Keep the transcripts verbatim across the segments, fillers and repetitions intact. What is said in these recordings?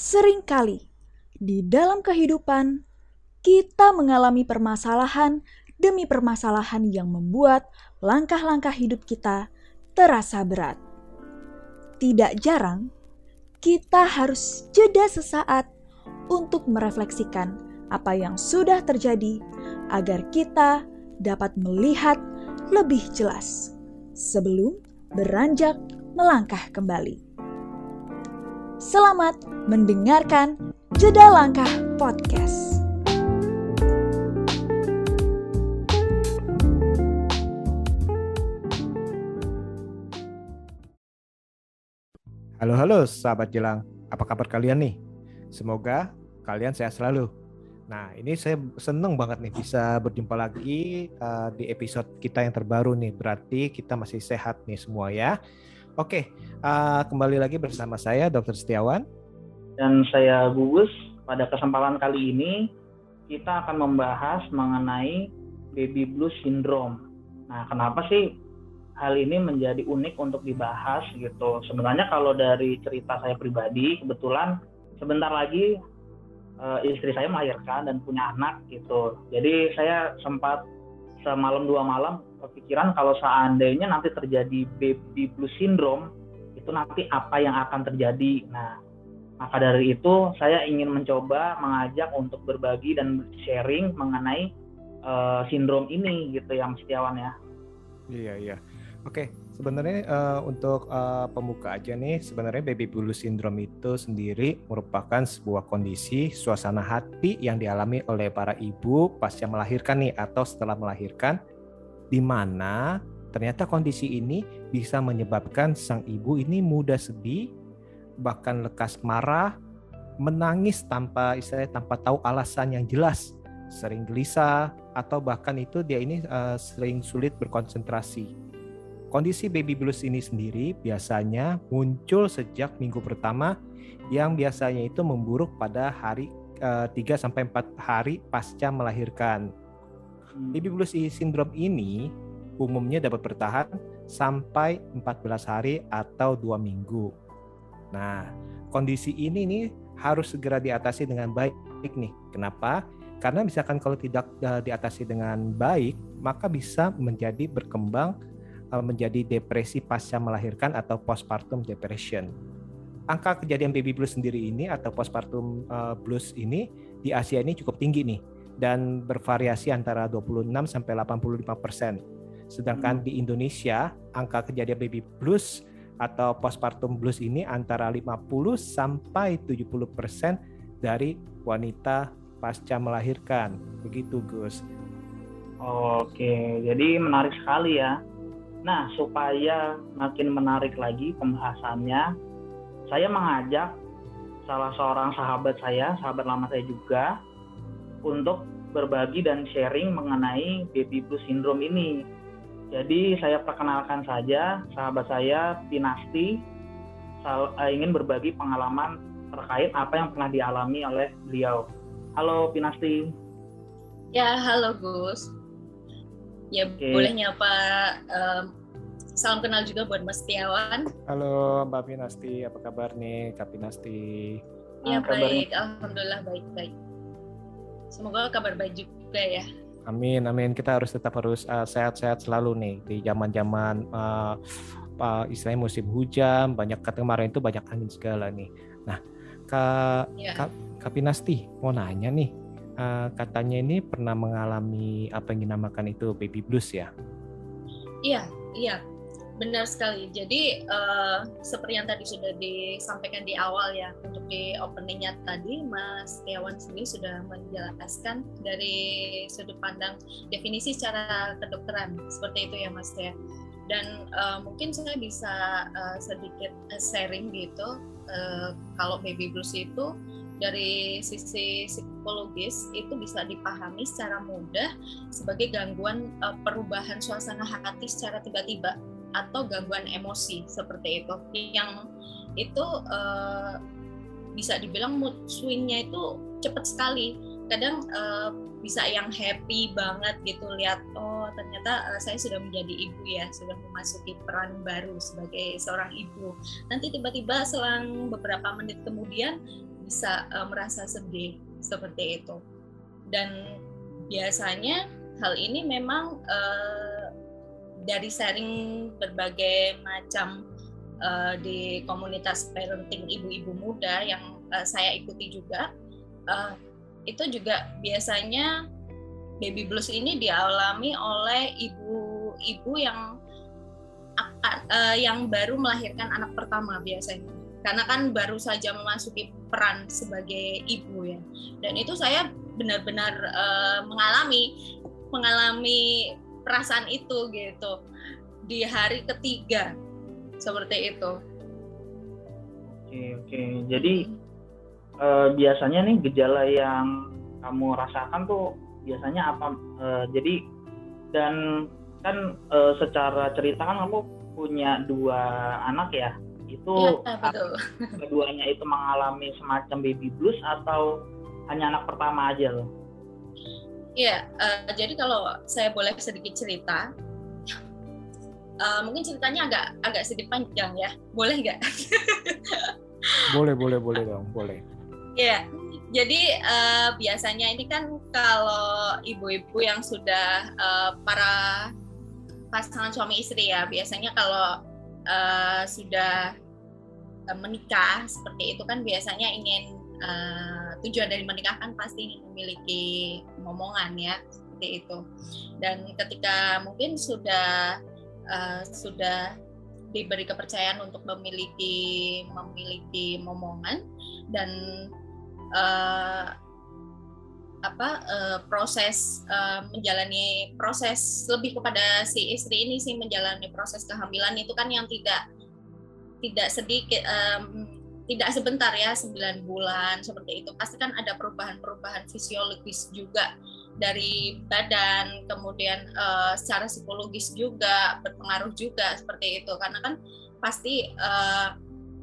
Seringkali di dalam kehidupan kita mengalami permasalahan demi permasalahan yang membuat langkah-langkah hidup kita terasa berat. Tidak jarang kita harus jeda sesaat untuk merefleksikan apa yang sudah terjadi agar kita dapat melihat lebih jelas sebelum beranjak melangkah kembali. Selamat mendengarkan Jeda Langkah Podcast. Halo halo sahabat Jelang, apa kabar kalian nih? Semoga kalian sehat selalu. Nah, ini saya seneng banget nih bisa berjumpa lagi uh, di episode kita yang terbaru nih. Berarti kita masih sehat nih semua ya. Oke, uh, kembali lagi bersama saya dokter Setiawan dan saya Gugus. Pada kesempatan kali ini kita akan membahas mengenai baby blues syndrome. Nah, kenapa sih hal ini menjadi unik untuk dibahas gitu? Sebenarnya kalau dari cerita saya pribadi, kebetulan sebentar lagi uh, istri saya melahirkan dan punya anak gitu. Jadi saya sempat semalam dua malam kepikiran kalau seandainya nanti terjadi baby blues syndrome, itu nanti apa yang akan terjadi. Nah, maka dari itu saya ingin mencoba mengajak untuk berbagi dan sharing mengenai uh, sindrom ini gitu ya, Mas Setiawan ya. Iya iya. Oke, sebenarnya uh, untuk uh, pembuka aja nih, sebenarnya baby blues syndrome itu sendiri merupakan sebuah kondisi suasana hati yang dialami oleh para ibu pasca melahirkan nih atau setelah melahirkan, di mana ternyata kondisi ini bisa menyebabkan sang ibu ini mudah sedih, bahkan lekas marah, menangis tanpa istilahnya tanpa tahu alasan yang jelas, sering gelisah, atau bahkan itu dia ini uh, sering sulit berkonsentrasi. Kondisi baby blues ini sendiri biasanya muncul sejak minggu pertama yang biasanya itu memburuk pada hari uh, tiga sampai empat hari pasca melahirkan. Baby blues syndrome ini umumnya dapat bertahan sampai empat belas hari atau dua minggu. Nah, kondisi ini nih harus segera diatasi dengan baik nih. Kenapa? Karena misalkan kalau tidak uh, diatasi dengan baik, maka bisa menjadi berkembang uh, menjadi depresi pasca melahirkan atau postpartum depression. Angka kejadian baby blues sendiri ini atau postpartum uh, blues ini di Asia ini cukup tinggi nih dan bervariasi antara dua puluh enam sampai delapan puluh lima persen. Sedangkan hmm. di Indonesia angka kejadian baby blues atau postpartum blues ini antara lima puluh sampai tujuh puluh persen dari wanita pasca melahirkan. Begitu, Gus. Oke, jadi menarik sekali ya. Nah, supaya makin menarik lagi pembahasannya, saya mengajak salah seorang sahabat saya, sahabat lama saya juga, untuk berbagi dan sharing mengenai baby blues syndrome ini. Jadi saya perkenalkan saja sahabat saya Pinasti, ingin berbagi pengalaman terkait apa yang pernah dialami oleh beliau. Halo Pinasti. Ya, halo Gus. Ya, okay. Boleh nyapa, um, salam kenal juga buat Mas Setiawan. Halo Mbak Pinasti, apa kabar nih Kak Pinasti? Ya, nah, baik, alhamdulillah baik-baik. Semoga kabar baik juga ya. Amin, amin. Kita harus tetap harus uh, sehat-sehat selalu nih di zaman-zaman uh, uh, istilahnya musim hujan, banyak kemarin itu banyak angin segala nih. Nah, Kak, ya. Kak, Kak Pinasti mau nanya nih, uh, katanya ini pernah mengalami apa yang dinamakan itu baby blues ya? Iya, iya. Benar sekali. Jadi uh, seperti yang tadi sudah disampaikan di awal ya, untuk di openingnya tadi Mas Setiawan sendiri sudah menjelaskan dari sudut pandang definisi secara kedokteran seperti itu ya Mas ya. Dan uh, mungkin saya bisa uh, sedikit sharing gitu, uh, kalau baby blues itu dari sisi psikologis itu bisa dipahami secara mudah sebagai gangguan uh, perubahan suasana hati secara tiba-tiba atau gangguan emosi seperti itu, yang itu uh, bisa dibilang mood swing-nya itu cepat sekali. Kadang uh, bisa yang happy banget gitu, lihat oh ternyata uh, saya sudah menjadi ibu ya, sudah memasuki peran baru sebagai seorang ibu. Nanti tiba-tiba selang beberapa menit kemudian bisa uh, merasa sedih seperti itu. Dan biasanya hal ini memang uh, dari sharing berbagai macam uh, di komunitas parenting ibu-ibu muda yang uh, saya ikuti juga, uh, itu juga biasanya baby blues ini dialami oleh ibu-ibu yang akan, uh, yang baru melahirkan anak pertama biasanya, karena kan baru saja memasuki peran sebagai ibu ya. Dan itu saya benar-benar uh, mengalami mengalami perasaan itu gitu di hari ketiga seperti itu. Oke oke. Jadi uh, biasanya nih gejala yang kamu rasakan tuh biasanya apa? Uh, jadi dan kan uh, secara cerita kan kamu punya dua anak ya, itu ya, betul. Keduanya itu mengalami semacam baby blues atau hanya anak pertama aja loh? Iya, uh, jadi kalau saya boleh sedikit cerita, uh, mungkin ceritanya agak agak sedikit panjang ya, boleh nggak? Boleh boleh boleh dong, boleh. Iya. Jadi uh, biasanya ini kan kalau ibu-ibu yang sudah uh, para pasangan suami istri ya, biasanya kalau uh, sudah uh, menikah seperti itu kan biasanya ingin uh, tujuan dari menikah kan pasti ingin memiliki momongan ya, seperti itu. Dan ketika mungkin sudah uh, sudah diberi kepercayaan untuk memiliki memiliki momongan dan uh, apa uh, proses uh, menjalani proses lebih kepada si istri ini sih menjalani proses kehamilan itu kan yang tidak tidak sedikit um, tidak sebentar ya, sembilan bulan seperti itu. Pasti kan ada perubahan-perubahan fisiologis juga dari badan, kemudian uh, secara psikologis juga berpengaruh juga seperti itu. Karena kan pasti uh,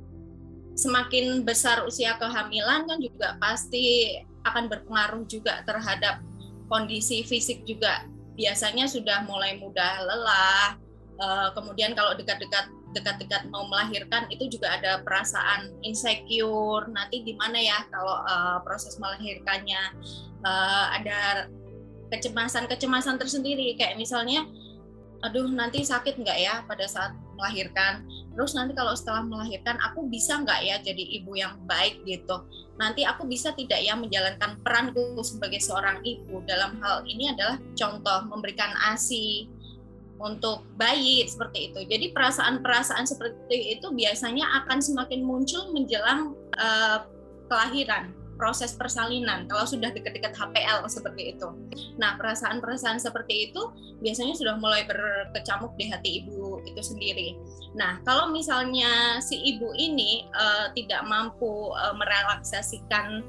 semakin besar usia kehamilan kan juga pasti akan berpengaruh juga terhadap kondisi fisik juga. Biasanya sudah mulai mudah lelah, uh, kemudian kalau dekat-dekat dekat-dekat mau melahirkan itu juga ada perasaan insecure, nanti gimana ya kalau uh, proses melahirkannya, uh, ada kecemasan-kecemasan tersendiri, kayak misalnya aduh nanti sakit nggak ya pada saat melahirkan, terus nanti kalau setelah melahirkan aku bisa nggak ya jadi ibu yang baik gitu, nanti aku bisa tidak ya menjalankan peranku sebagai seorang ibu. Dalam hal ini adalah contoh memberikan ASI untuk bayi seperti itu. Jadi perasaan-perasaan seperti itu biasanya akan semakin muncul menjelang uh, kelahiran, proses persalinan, kalau sudah dekat-dekat H P L seperti itu. Nah, perasaan-perasaan seperti itu biasanya sudah mulai berkecamuk di hati ibu itu sendiri. Nah, kalau misalnya si ibu ini uh, tidak mampu uh, merelaksasikan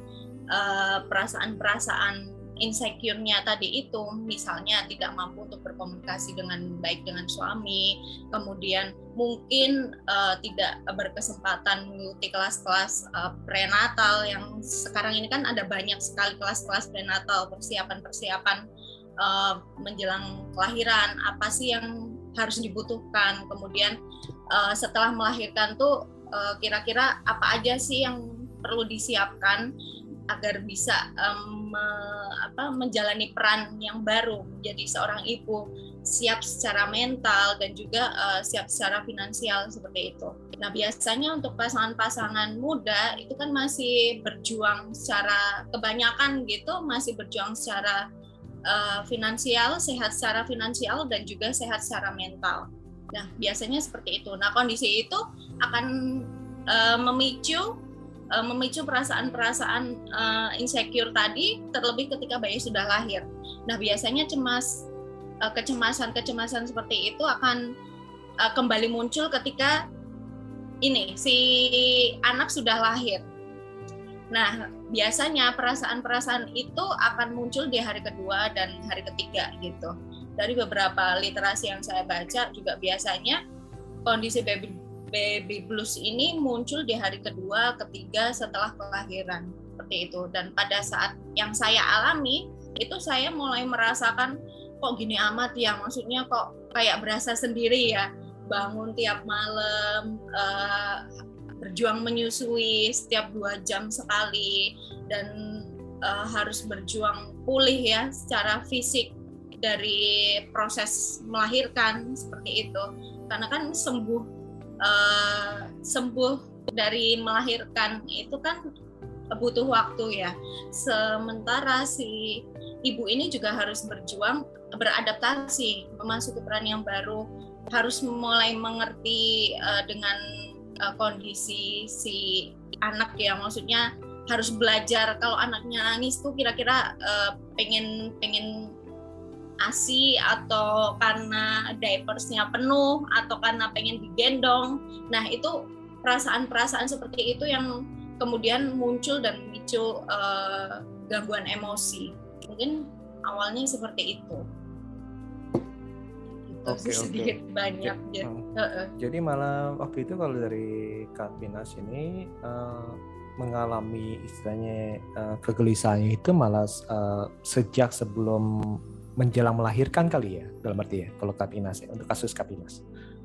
uh, perasaan-perasaan insecure-nya tadi itu, misalnya tidak mampu untuk berkomunikasi dengan baik dengan suami, kemudian mungkin uh, tidak berkesempatan mengikuti kelas-kelas uh, prenatal yang sekarang ini kan ada banyak sekali kelas-kelas prenatal, persiapan-persiapan uh, menjelang kelahiran, apa sih yang harus dibutuhkan, kemudian uh, setelah melahirkan tuh uh, kira-kira apa aja sih yang perlu disiapkan agar bisa um, me, apa, menjalani peran yang baru menjadi seorang ibu, siap secara mental dan juga uh, siap secara finansial seperti itu. Nah, biasanya untuk pasangan-pasangan muda itu kan masih berjuang secara kebanyakan gitu, masih berjuang secara uh, finansial, sehat secara finansial dan juga sehat secara mental. Nah, biasanya seperti itu. Nah, kondisi itu akan uh, memicu memicu perasaan-perasaan uh, insecure tadi, terlebih ketika bayi sudah lahir. Nah, biasanya cemas, uh, kecemasan-kecemasan seperti itu akan uh, kembali muncul ketika ini si anak sudah lahir. Nah, biasanya perasaan-perasaan itu akan muncul di hari kedua dan hari ketiga gitu. Dari beberapa literasi yang saya baca juga biasanya kondisi baby baby blues ini muncul di hari kedua, ketiga setelah kelahiran seperti itu. Dan pada saat yang saya alami itu saya mulai merasakan kok gini amat ya, maksudnya kok kayak berasa sendiri ya, bangun tiap malam uh, berjuang menyusui setiap dua jam sekali dan uh, harus berjuang pulih ya secara fisik dari proses melahirkan seperti itu, karena kan sembuh uh, sembuh dari melahirkan itu kan butuh waktu ya, sementara si ibu ini juga harus berjuang beradaptasi memasuki peran yang baru, harus mulai mengerti uh, dengan uh, kondisi si anak ya, maksudnya harus belajar kalau anaknya nangis tuh kira-kira uh, pengen pengen ASI atau karena diapersnya penuh atau karena pengen digendong. Nah itu perasaan-perasaan seperti itu yang kemudian muncul dan memicu uh, gangguan emosi. Mungkin awalnya seperti itu. Itu Oke, sih oke. sedikit banyak. Jadi, Jadi, hmm. uh-uh. Jadi malah waktu itu kalau dari Kak Pinas ini uh, mengalami istilahnya uh, kegelisahannya itu malah uh, sejak sebelum menjelang melahirkan kali ya, dalam arti ya kalau Kak Pinas ya, untuk kasus Kak Pinas.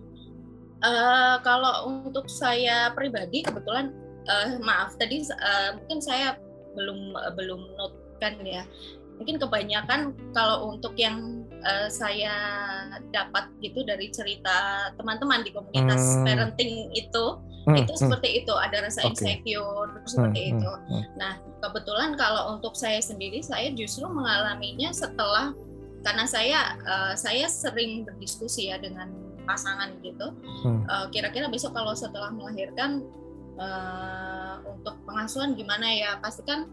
Uh, kalau untuk saya pribadi kebetulan uh, maaf tadi uh, mungkin saya belum uh, belum notekan ya. Mungkin kebanyakan kalau untuk yang uh, saya dapat gitu dari cerita teman-teman di komunitas hmm. parenting itu hmm. itu seperti hmm. itu, ada rasa insecure okay. seperti hmm. itu. Hmm. Nah kebetulan kalau untuk saya sendiri saya justru mengalaminya setelah, karena saya uh, saya sering berdiskusi ya dengan pasangan gitu. Hmm. Uh, kira-kira besok kalau setelah melahirkan uh, untuk pengasuhan gimana ya? Pastikan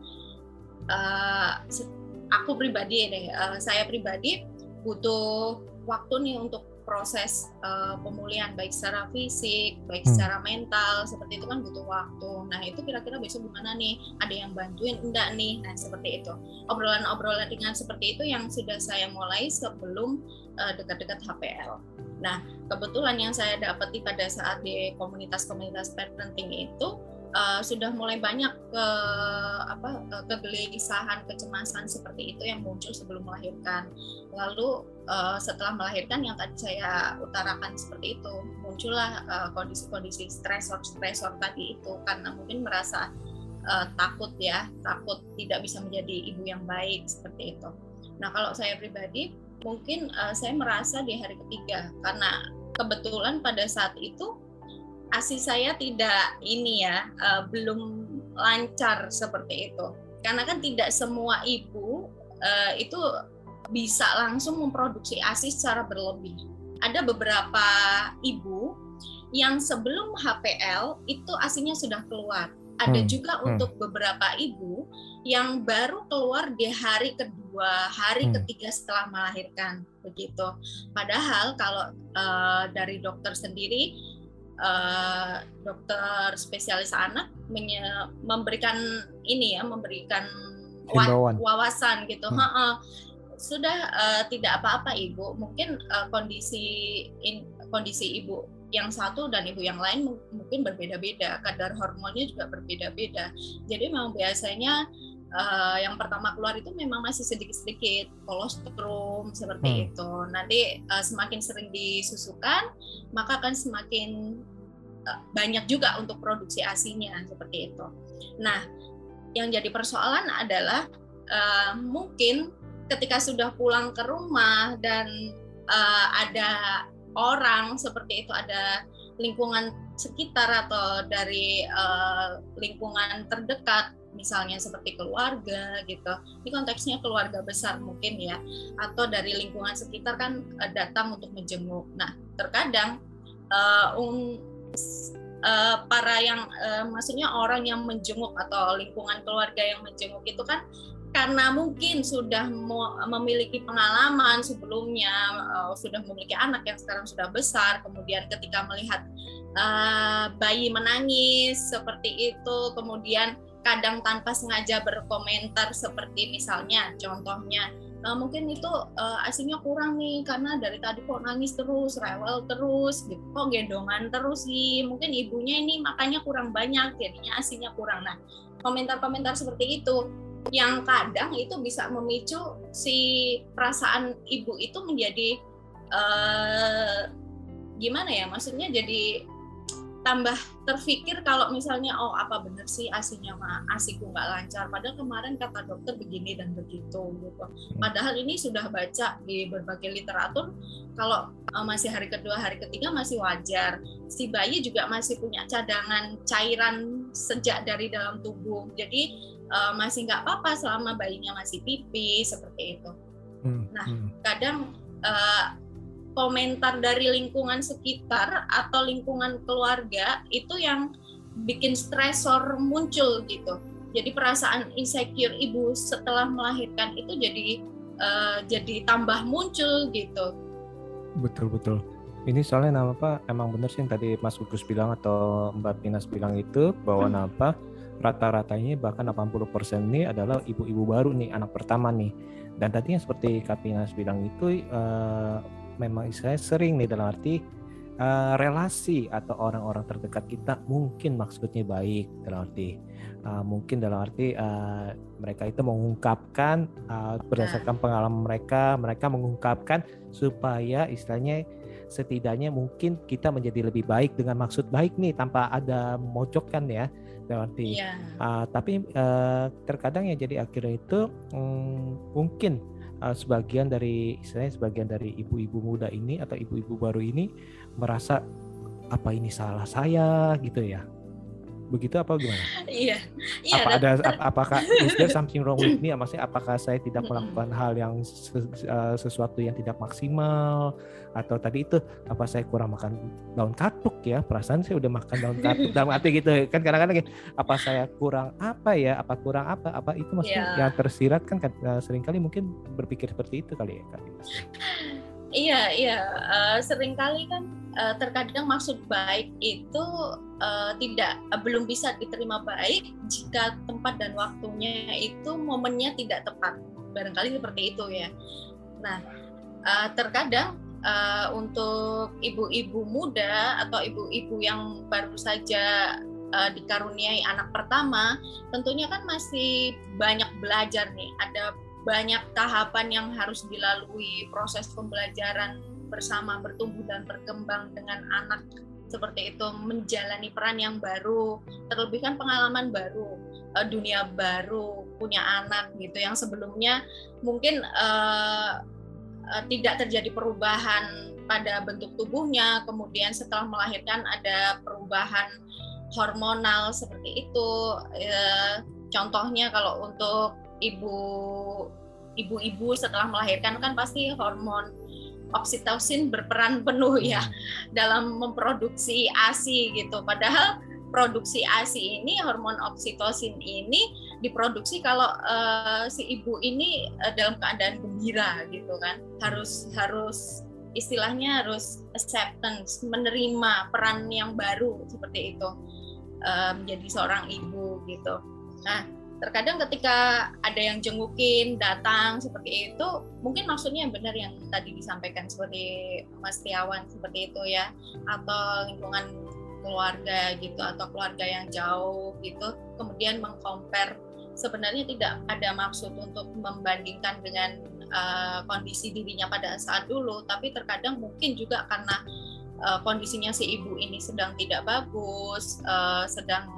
uh, aku pribadi deh, uh, saya pribadi butuh waktu nih untuk proses uh, pemulihan baik secara fisik, baik hmm. secara mental, seperti itu kan butuh waktu. Nah itu kira-kira besok gimana nih? Ada yang bantuin enggak nih? Nah seperti itu. Obrolan-obrolan ringan seperti itu yang sudah saya mulai sebelum uh, dekat-dekat H P L. Nah kebetulan yang saya dapati pada saat di komunitas-komunitas parenting itu uh, sudah mulai banyak ke apa kegelisahan, kecemasan seperti itu yang muncul sebelum melahirkan. Lalu uh, setelah melahirkan yang tadi saya utarakan seperti itu, muncullah uh, kondisi-kondisi stresor-stresor tadi itu karena mungkin merasa uh, takut ya, takut tidak bisa menjadi ibu yang baik seperti itu. Nah kalau saya pribadi mungkin uh, saya merasa di hari ketiga karena kebetulan pada saat itu ASI saya tidak ini ya uh, belum lancar seperti itu, karena kan tidak semua ibu uh, itu bisa langsung memproduksi ASI secara berlebih. Ada beberapa ibu yang sebelum H P L itu ASInya sudah keluar. Ada hmm. juga hmm. untuk beberapa ibu yang baru keluar di hari kedua, hari hmm. ketiga setelah melahirkan begitu. Padahal kalau uh, dari dokter sendiri, uh, dokter spesialis anak menye- memberikan ini ya, memberikan wa- wawasan gitu. Hmm. Ha-ha. Sudah uh, tidak apa-apa ibu, mungkin uh, kondisi in, kondisi ibu yang satu dan ibu yang lain mungkin berbeda-beda, kadar hormonnya juga berbeda-beda. Jadi memang biasanya uh, yang pertama keluar itu memang masih sedikit-sedikit kolostrum seperti hmm. itu. Nanti uh, semakin sering disusukan, maka akan semakin uh, banyak juga untuk produksi ASINya seperti itu. Nah, yang jadi persoalan adalah uh, mungkin ketika sudah pulang ke rumah dan uh, ada orang seperti itu, ada lingkungan sekitar atau dari uh, lingkungan terdekat, misalnya seperti keluarga gitu. Ini konteksnya keluarga besar mungkin ya, atau dari lingkungan sekitar kan uh, datang untuk menjenguk. Nah, terkadang uh, um, uh, para yang uh, maksudnya orang yang menjenguk atau lingkungan keluarga yang menjenguk itu kan karena mungkin sudah memiliki pengalaman sebelumnya, uh, sudah memiliki anak yang sekarang sudah besar, kemudian ketika melihat uh, bayi menangis seperti itu, kemudian kadang tanpa sengaja berkomentar seperti misalnya, contohnya, uh, mungkin itu uh, ASINya kurang nih, karena dari tadi kok nangis terus, rewel terus, gitu, kok gendongan terus sih, mungkin ibunya ini makanya kurang banyak, jadinya ASINya kurang. Nah, komentar-komentar seperti itu yang kadang itu bisa memicu si perasaan ibu itu menjadi uh, gimana ya, maksudnya jadi tambah terpikir kalau misalnya oh apa bener sih asinya asiku nggak lancar, padahal kemarin kata dokter begini dan begitu gitu. Padahal ini sudah baca di berbagai literatur kalau uh, masih hari kedua hari ketiga masih wajar, si bayi juga masih punya cadangan cairan sejak dari dalam tubuh, jadi uh, masih nggak apa-apa selama bayinya masih pipis seperti itu. Hmm. Nah kadang uh, komentar dari lingkungan sekitar atau lingkungan keluarga itu yang bikin stresor muncul gitu. Jadi perasaan insecure ibu setelah melahirkan itu jadi uh, jadi tambah muncul gitu. Betul betul. Ini soalnya apa? Emang benar sih yang tadi Mas Gugus bilang atau Mbak Pinas bilang itu bahwa hmm. apa? Rata-ratanya bahkan delapan puluh persen ini adalah ibu-ibu baru nih, anak pertama nih. Dan tadinya seperti Kak Pinas bilang itu uh, memang saya sering nih dalam arti uh, relasi atau orang-orang terdekat kita mungkin maksudnya baik dalam arti uh, mungkin dalam arti uh, mereka itu mengungkapkan uh, berdasarkan pengalaman mereka mereka mengungkapkan supaya istilahnya setidaknya mungkin kita menjadi lebih baik dengan maksud baik nih tanpa ada memojokkan ya dalam arti yeah. uh, tapi uh, terkadang ya jadi akhirnya itu um, mungkin Uh, sebagian dari istilahnya sebagian dari ibu-ibu muda ini atau ibu-ibu baru ini merasa apa ini salah saya gitu ya, begitu apa gimana? Iya. Iya. Apa ada ap, apakah is there something wrong with me? Maksudnya apakah saya tidak melakukan hal yang ses, uh, sesuatu yang tidak maksimal atau tadi itu apa saya kurang makan daun katuk ya? Perasaan saya udah makan daun katuk dalam arti gitu kan kadang-kadang apa saya kurang apa ya? Apa kurang apa? Apa itu maksudnya yeah. yang tersirat kan uh, seringkali mungkin berpikir seperti itu kali ya Kak. Iya, iya. Uh, seringkali kan uh, terkadang maksud baik itu uh, tidak uh, belum bisa diterima baik jika tempat dan waktunya itu momennya tidak tepat. Barangkali seperti itu ya. Nah, uh, terkadang uh, untuk ibu-ibu muda atau ibu-ibu yang baru saja uh, dikaruniai anak pertama, tentunya kan masih banyak belajar nih. Ada banyak tahapan yang harus dilalui, proses pembelajaran bersama bertumbuh dan berkembang dengan anak seperti itu, menjalani peran yang baru, terlebih kan pengalaman baru, dunia baru, punya anak gitu yang sebelumnya mungkin uh, uh, tidak terjadi perubahan pada bentuk tubuhnya, kemudian setelah melahirkan ada perubahan hormonal seperti itu. Uh, contohnya kalau untuk ibu ibu-ibu setelah melahirkan kan pasti hormon oksitosin berperan penuh ya hmm. dalam memproduksi A S I gitu. Padahal produksi A S I ini, hormon oksitosin ini diproduksi kalau uh, si ibu ini uh, dalam keadaan gembira gitu kan. Harus harus istilahnya harus acceptance, menerima peran yang baru seperti itu uh, menjadi seorang ibu gitu. Nah, terkadang ketika ada yang jengukin, datang seperti itu, mungkin maksudnya yang benar yang tadi disampaikan seperti Mas Tiawan seperti itu ya, atau lingkungan keluarga gitu, atau keluarga yang jauh gitu, kemudian mengcompare. Sebenarnya tidak ada maksud untuk membandingkan dengan uh, kondisi dirinya pada saat dulu, tapi terkadang mungkin juga karena uh, kondisinya si ibu ini sedang tidak bagus, uh, sedang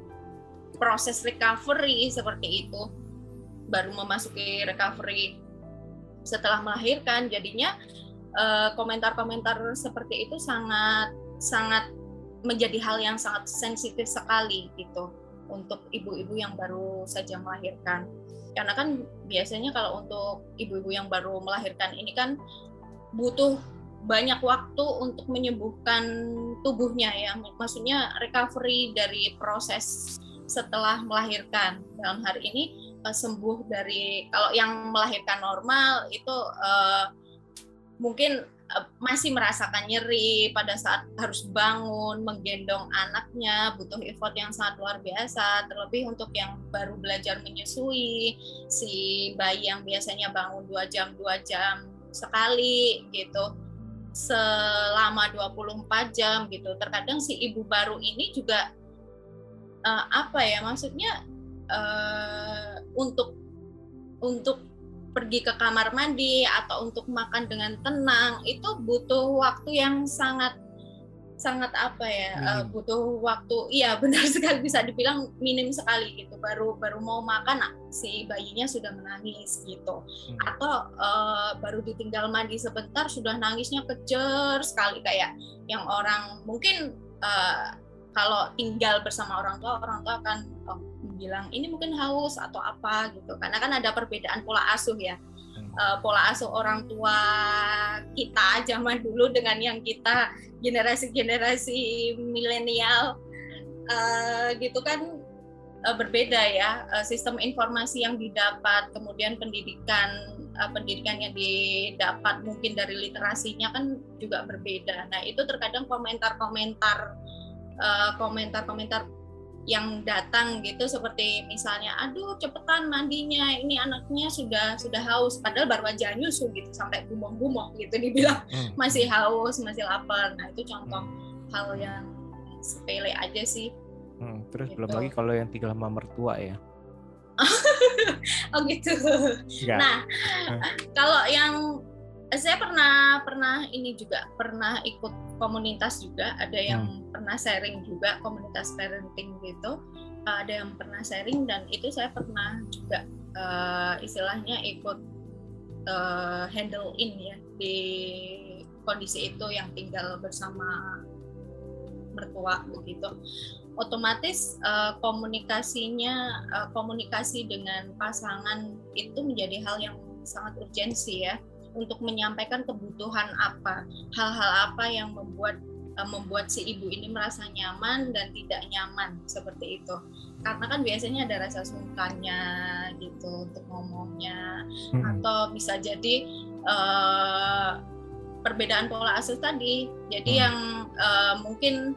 proses recovery seperti itu, baru memasuki recovery setelah melahirkan, jadinya uh, komentar-komentar seperti itu sangat sangat menjadi hal yang sangat sensitif sekali gitu untuk ibu-ibu yang baru saja melahirkan. Karena kan biasanya kalau untuk ibu-ibu yang baru melahirkan ini kan butuh banyak waktu untuk menyembuhkan tubuhnya ya, maksudnya recovery dari proses setelah melahirkan. Dalam hari ini uh, sembuh dari, kalau yang melahirkan normal itu uh, mungkin uh, masih merasakan nyeri pada saat harus bangun, menggendong anaknya, butuh effort yang sangat luar biasa. Terlebih untuk yang baru belajar menyusui, si bayi yang biasanya bangun dua jam dua jam sekali gitu, selama dua puluh empat jam gitu. Terkadang si ibu baru ini juga Uh, apa ya maksudnya uh, untuk untuk pergi ke kamar mandi atau untuk makan dengan tenang itu butuh waktu yang sangat sangat apa ya uh, Minim. butuh waktu, iya benar sekali, bisa dibilang minim sekali gitu, baru baru mau makan nah, si bayinya sudah menangis gitu, Hmm. atau uh, baru ditinggal mandi sebentar sudah nangisnya kejer sekali, kayak yang orang mungkin uh, kalau tinggal bersama orang tua, orang tua akan oh, bilang ini mungkin haus atau apa gitu, karena kan ada perbedaan pola asuh ya. Uh, pola asuh orang tua kita zaman dulu dengan yang kita generasi-generasi milenial uh, gitu kan uh, berbeda ya, uh, sistem informasi yang didapat, kemudian pendidikan uh, pendidikan yang didapat mungkin dari literasinya kan juga berbeda. Nah itu terkadang komentar-komentar uh, komentar-komentar yang datang gitu seperti misalnya, aduh cepetan mandinya, ini anaknya sudah sudah haus, padahal baru aja nyusu gitu sampai gumong-gumong gitu, dibilang Hmm. masih haus, masih lapar. Nah itu contoh hal yang sepele aja sih. Hmm. Terus Gitu. belum lagi kalau yang tinggal sama mertua ya. Oh gitu. Enggak. Nah kalau yang saya pernah pernah ini juga pernah ikut komunitas juga, ada yang hmm. pernah sharing juga komunitas parenting gitu, ada yang pernah sharing, dan itu saya pernah juga uh, istilahnya ikut uh, handle in ya di kondisi itu yang tinggal bersama mertua begitu. Otomatis uh, komunikasinya uh, komunikasi dengan pasangan itu menjadi hal yang sangat urgensi ya, untuk menyampaikan kebutuhan apa, hal-hal apa yang membuat uh, membuat si ibu ini merasa nyaman dan tidak nyaman seperti itu. Karena kan biasanya ada rasa sungkannya gitu untuk ngomongnya, hmm. atau bisa jadi uh, perbedaan pola asuh tadi. Jadi hmm. yang uh, mungkin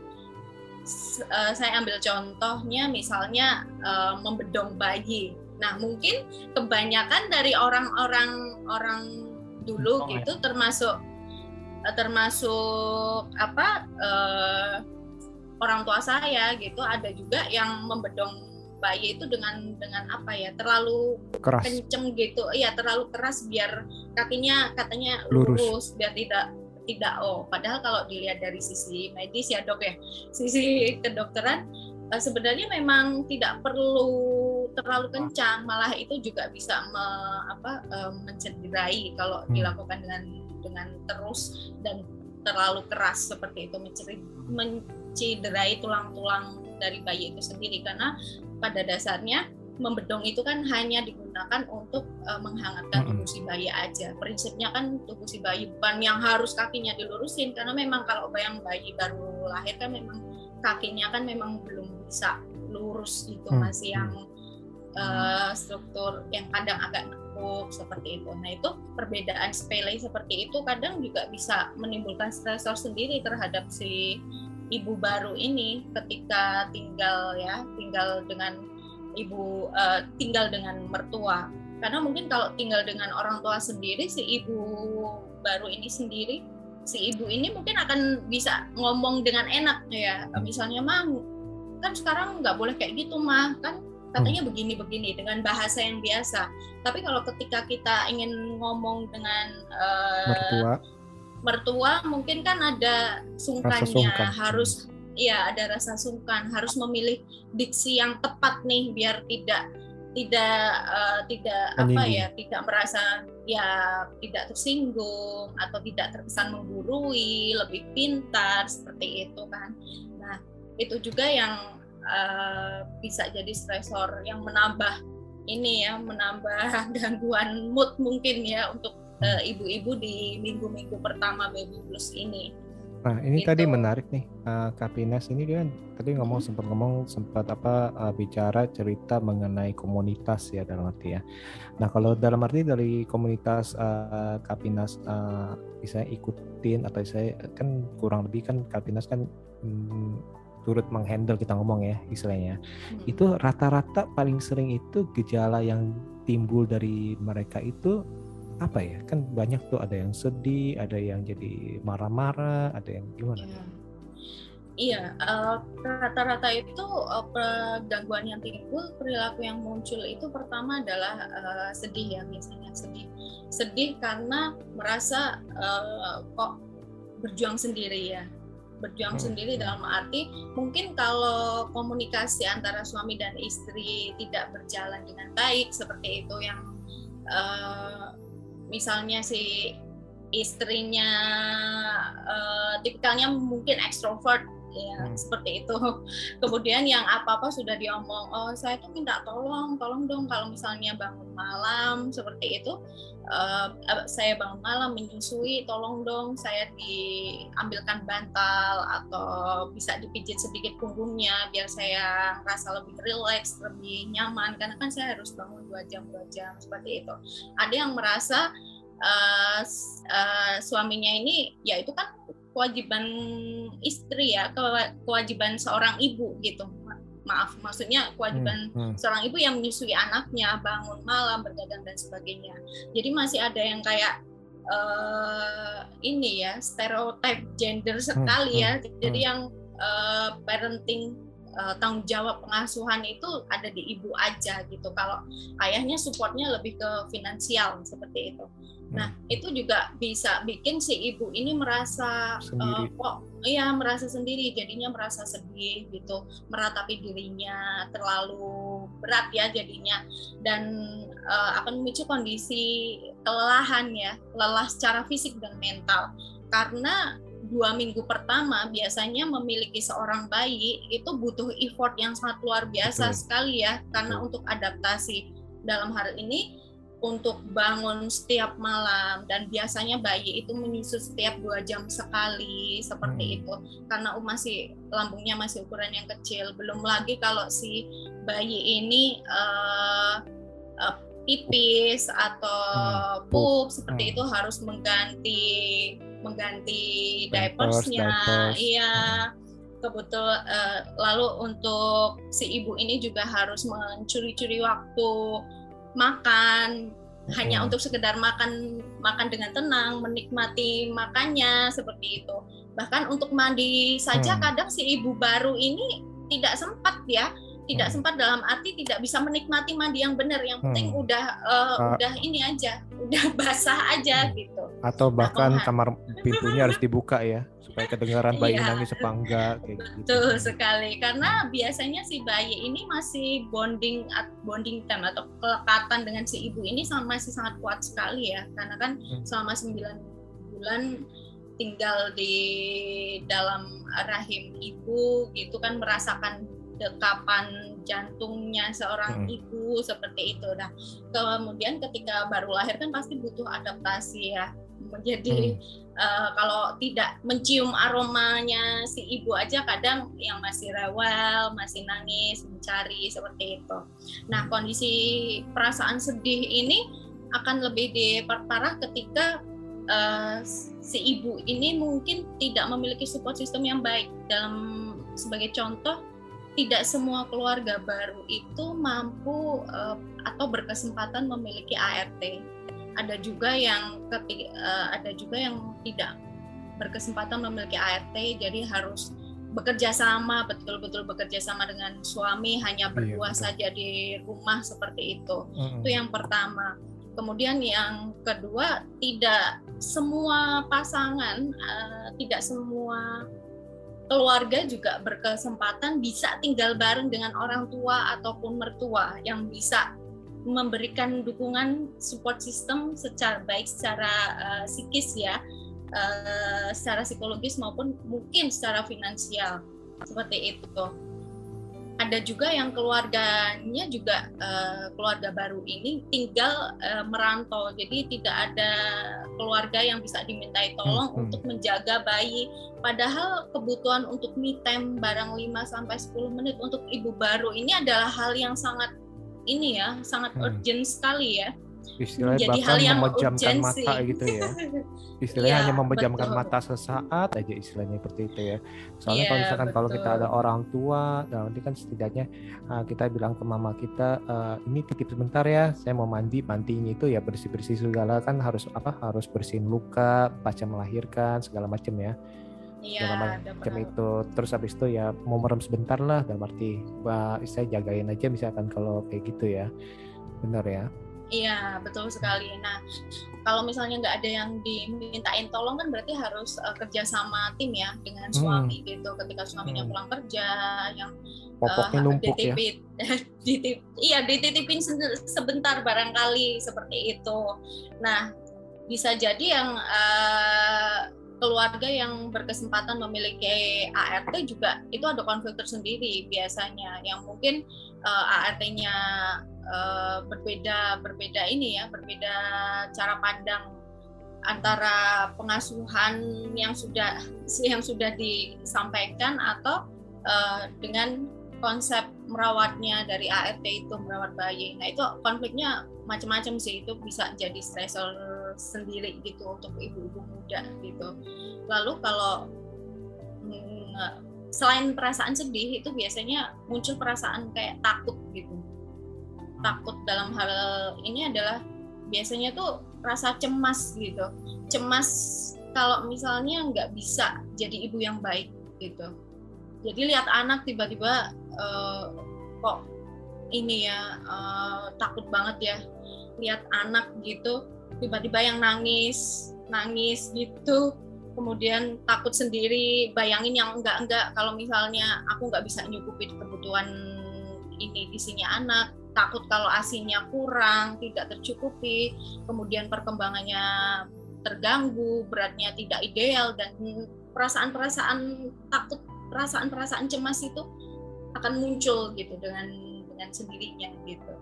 uh, saya ambil contohnya misalnya uh, membedong bayi. Nah mungkin kebanyakan dari orang-orang orang dulu oh, gitu ya. termasuk termasuk apa uh, orang tua saya gitu, ada juga yang membedong bayi itu dengan dengan apa ya, terlalu keras. Kenceng gitu ya, terlalu keras biar kakinya katanya lurus, lurus biar tidak tidak oh padahal kalau dilihat dari sisi medis ya dok ya, sisi kedokteran uh, sebenarnya memang tidak perlu terlalu kencang, malah itu juga bisa me, apa, uh, mencederai kalau hmm. dilakukan dengan dengan terus dan terlalu keras seperti itu, mencederai tulang-tulang dari bayi itu sendiri, karena pada dasarnya membedong itu kan hanya digunakan untuk uh, menghangatkan tubuh si bayi aja. Prinsipnya kan tubuh si bayi bukan yang harus kakinya dilurusin, karena memang kalau bayang bayi baru lahir kan memang kakinya kan memang belum bisa lurus gitu, hmm. masih yang uh, struktur yang kadang agak nekuk seperti itu. Nah itu perbedaan sepele seperti itu kadang juga bisa menimbulkan stresor sendiri terhadap si ibu baru ini ketika tinggal ya tinggal dengan ibu uh, tinggal dengan mertua, karena mungkin kalau tinggal dengan orang tua sendiri, si ibu baru ini sendiri si ibu ini mungkin akan bisa ngomong dengan enak ya, misalnya mah kan sekarang nggak boleh kayak gitu mah, kan katanya begini-begini dengan bahasa yang biasa. Tapi kalau ketika kita ingin ngomong dengan uh, mertua mertua mungkin kan ada sungkannya, sungkan. harus Iya, ada rasa sungkan, harus memilih diksi yang tepat nih biar tidak tidak uh, tidak Menyinggung. apa ya, tidak merasa ya tidak tersinggung atau tidak terkesan menggurui, lebih pintar seperti itu kan. Nah, itu juga yang uh, bisa jadi stresor yang menambah ini ya, menambah gangguan mood mungkin ya untuk uh, ibu-ibu di minggu-minggu pertama baby blues ini. Nah ini gitu. Tadi menarik nih, uh, Kak Pinas ini kan tadi ngomong hmm. sempat ngomong sempat apa uh, bicara cerita mengenai komunitas ya dalam arti ya. Nah kalau dalam arti dari komunitas uh, Kak Pinas uh, bisa ikutin atau saya kan kurang lebih kan Kak Pinas kan hmm, turut menghandle kita ngomong ya istilahnya. Hmm. Itu rata-rata paling sering itu gejala yang timbul dari mereka itu apa ya, kan banyak tuh, ada yang sedih, ada yang jadi marah-marah, ada yang gimana? Iya, iya uh, rata-rata itu uh, gangguan yang timbul, perilaku yang muncul itu pertama adalah uh, sedih ya, biasanya sedih, sedih karena merasa uh, kok berjuang sendiri ya, berjuang Hmm. sendiri dalam arti mungkin kalau komunikasi antara suami dan istri tidak berjalan dengan baik seperti itu, yang uh, misalnya si istrinya uh, tipikalnya mungkin ekstrovert ya, hmm. seperti itu. Kemudian yang apa-apa sudah diomong, oh saya tuh minta tolong, tolong dong kalau misalnya bangun malam seperti itu, uh, saya bangun malam menyusui, tolong dong saya diambilkan bantal atau bisa dipijit sedikit punggungnya biar saya rasa lebih rileks, lebih nyaman, karena kan saya harus bangun dua jam dua jam seperti itu. Ada yang merasa uh, uh, suaminya ini, ya itu kan kewajiban istri ya, kewajiban seorang ibu gitu. Maaf, maksudnya kewajiban hmm, hmm. seorang ibu yang menyusui anaknya, bangun malam, bergadang dan sebagainya. Jadi masih ada yang kayak uh, ini ya, stereotip gender sekali hmm, ya. Hmm, Jadi hmm. yang uh, parenting uh, tanggung jawab pengasuhan itu ada di ibu aja gitu. Kalau ayahnya supportnya lebih ke finansial seperti itu. Nah, itu juga bisa bikin si ibu ini merasa uh, kok iya merasa sendiri, jadinya merasa sedih gitu, meratapi dirinya terlalu berat ya jadinya, dan uh, akan memicu kondisi kelelahan ya, lelah secara fisik dan mental. Karena dua minggu pertama biasanya memiliki seorang bayi itu butuh effort yang sangat luar biasa Betul. sekali ya, karena Betul. untuk adaptasi dalam hal ini untuk bangun setiap malam, dan biasanya bayi itu menyusu setiap dua jam sekali seperti hmm. itu, karena masih lambungnya masih ukuran yang kecil. Belum lagi kalau si bayi ini uh, uh, pipis atau hmm. pup seperti hmm. itu harus mengganti mengganti diapersnya, iya. Kebetul, uh, lalu untuk si ibu ini juga harus mencuri-curi waktu makan, hmm. hanya untuk sekedar makan makan dengan tenang, menikmati makannya seperti itu. Bahkan untuk mandi saja hmm. kadang si ibu baru ini tidak sempat ya, tidak hmm. sempat dalam arti tidak bisa menikmati mandi yang benar. Yang penting hmm. udah uh, uh, udah ini aja, udah basah aja hmm. gitu. Atau bahkan nah, kamar pintunya harus dibuka ya, supaya kedengaran bayi iya, nangis apa enggak kayak betul gitu. Betul sekali, karena biasanya si bayi ini masih bonding bonding time atau kelekatan dengan si ibu ini masih sangat kuat sekali ya, karena kan hmm. selama sembilan bulan tinggal di dalam rahim ibu gitu kan, merasakan dekapan jantungnya seorang hmm. ibu seperti itu. Nah, kemudian ketika baru lahir kan pasti butuh adaptasi ya. Menjadi hmm. uh, kalau tidak mencium aromanya si ibu aja kadang yang masih rewel, masih nangis, mencari seperti itu. Nah, kondisi perasaan sedih ini akan lebih diperparah ketika uh, si ibu ini mungkin tidak memiliki support system yang baik. Dalam sebagai contoh, tidak semua keluarga baru itu mampu uh, atau berkesempatan memiliki A R T. Ada juga yang ketika, uh, ada juga yang tidak berkesempatan memiliki A R T, jadi harus bekerja sama, betul-betul bekerja sama dengan suami, hanya berdua iya, saja di rumah seperti itu. Mm-hmm. Itu yang pertama. Kemudian yang kedua, tidak semua pasangan, uh, tidak semua keluarga juga berkesempatan bisa tinggal bareng dengan orang tua ataupun mertua yang bisa memberikan dukungan support system secara baik secara uh, psikis ya, uh, secara psikologis maupun mungkin secara finansial seperti itu. Ada juga yang keluarganya juga uh, keluarga baru ini tinggal uh, merantau, jadi tidak ada keluarga yang bisa dimintai tolong hmm, untuk menjaga bayi. Padahal kebutuhan untuk me time barang lima sampai sepuluh menit untuk ibu baru ini adalah hal yang sangat ini ya, sangat hmm. urgent sekali ya. Istilahnya Jadi bahkan hal yang memejamkan urgency. mata gitu ya. Istilahnya ya, hanya memejamkan betul. mata sesaat aja, istilahnya seperti itu ya. Soalnya ya, kalau misalkan betul. kalau kita ada orang tua, nanti kan setidaknya uh, kita bilang ke mama kita, uh, ini titip sebentar ya, saya mau mandi, mandinya itu ya bersih-bersih segala, kan harus apa? Harus bersihin luka, pasca melahirkan segala macam ya. Iya, macam itu. Terus habis itu ya mau merem sebentar lah, dalam arti bah, saya jagain aja misalkan kalau kayak gitu ya. Benar ya. Iya, betul sekali. Nah, kalau misalnya nggak ada yang dimintain tolong kan berarti harus uh, kerja sama tim ya dengan suami hmm. gitu. Ketika suaminya hmm. pulang kerja, yang popoknya uh, numpuk dititipin, ya. ditip, iya dititipin sebentar barangkali seperti itu. Nah, bisa jadi yang uh, keluarga yang berkesempatan memiliki A R T juga itu ada konflik tersendiri biasanya, yang mungkin uh, A R T-nya Uh, berbeda berbeda ini ya berbeda cara pandang antara pengasuhan yang sudah yang sudah disampaikan atau uh, dengan konsep merawatnya dari A R T itu, merawat bayi. Nah itu konfliknya macam-macam sih, itu bisa jadi stresor sendiri gitu untuk ibu-ibu muda gitu. Lalu kalau hmm, selain perasaan sedih itu biasanya muncul perasaan kayak takut gitu. Takut dalam hal ini adalah biasanya tuh rasa cemas gitu, cemas kalau misalnya nggak bisa jadi ibu yang baik gitu. Jadi lihat anak tiba-tiba uh, kok ini ya uh, takut banget ya lihat anak gitu tiba-tiba yang nangis nangis gitu, kemudian takut sendiri, bayangin yang enggak-enggak kalau misalnya aku nggak bisa nyukupin kebutuhan ini isinya anak, takut kalau asinya kurang, tidak tercukupi, kemudian perkembangannya terganggu, beratnya tidak ideal, dan perasaan-perasaan takut, perasaan-perasaan cemas itu akan muncul gitu dengan dengan sendirinya gitu.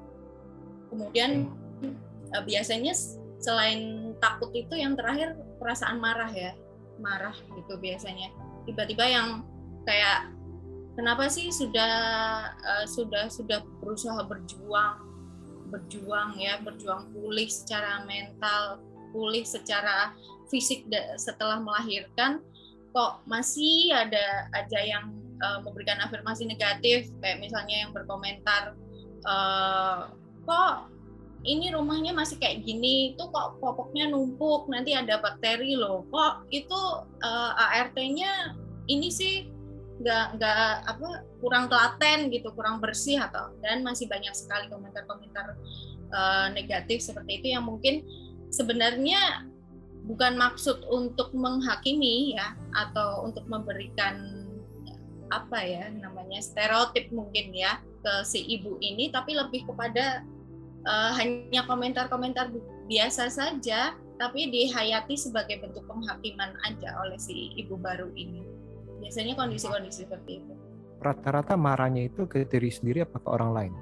Kemudian biasanya selain takut itu yang terakhir perasaan marah ya, marah gitu biasanya. Tiba-tiba yang kayak kenapa sih sudah uh, sudah sudah berusaha berjuang berjuang ya berjuang pulih secara mental, pulih secara fisik setelah melahirkan, kok masih ada aja yang uh, memberikan afirmasi negatif, kayak misalnya yang berkomentar uh, kok ini rumahnya masih kayak gini, itu kok popoknya numpuk, nanti ada bakteri loh, kok itu uh, A R T-nya ini sih nggak nggak apa kurang telaten gitu, kurang bersih, atau dan masih banyak sekali komentar-komentar uh, negatif seperti itu yang mungkin sebenarnya bukan maksud untuk menghakimi ya atau untuk memberikan apa ya namanya stereotip mungkin ya ke si ibu ini, tapi lebih kepada uh, hanya komentar-komentar biasa saja tapi dihayati sebagai bentuk penghakiman aja oleh si ibu baru ini. Biasanya kondisi-kondisi seperti itu. Rata-rata marahnya itu ke diri sendiri apa ke orang lain?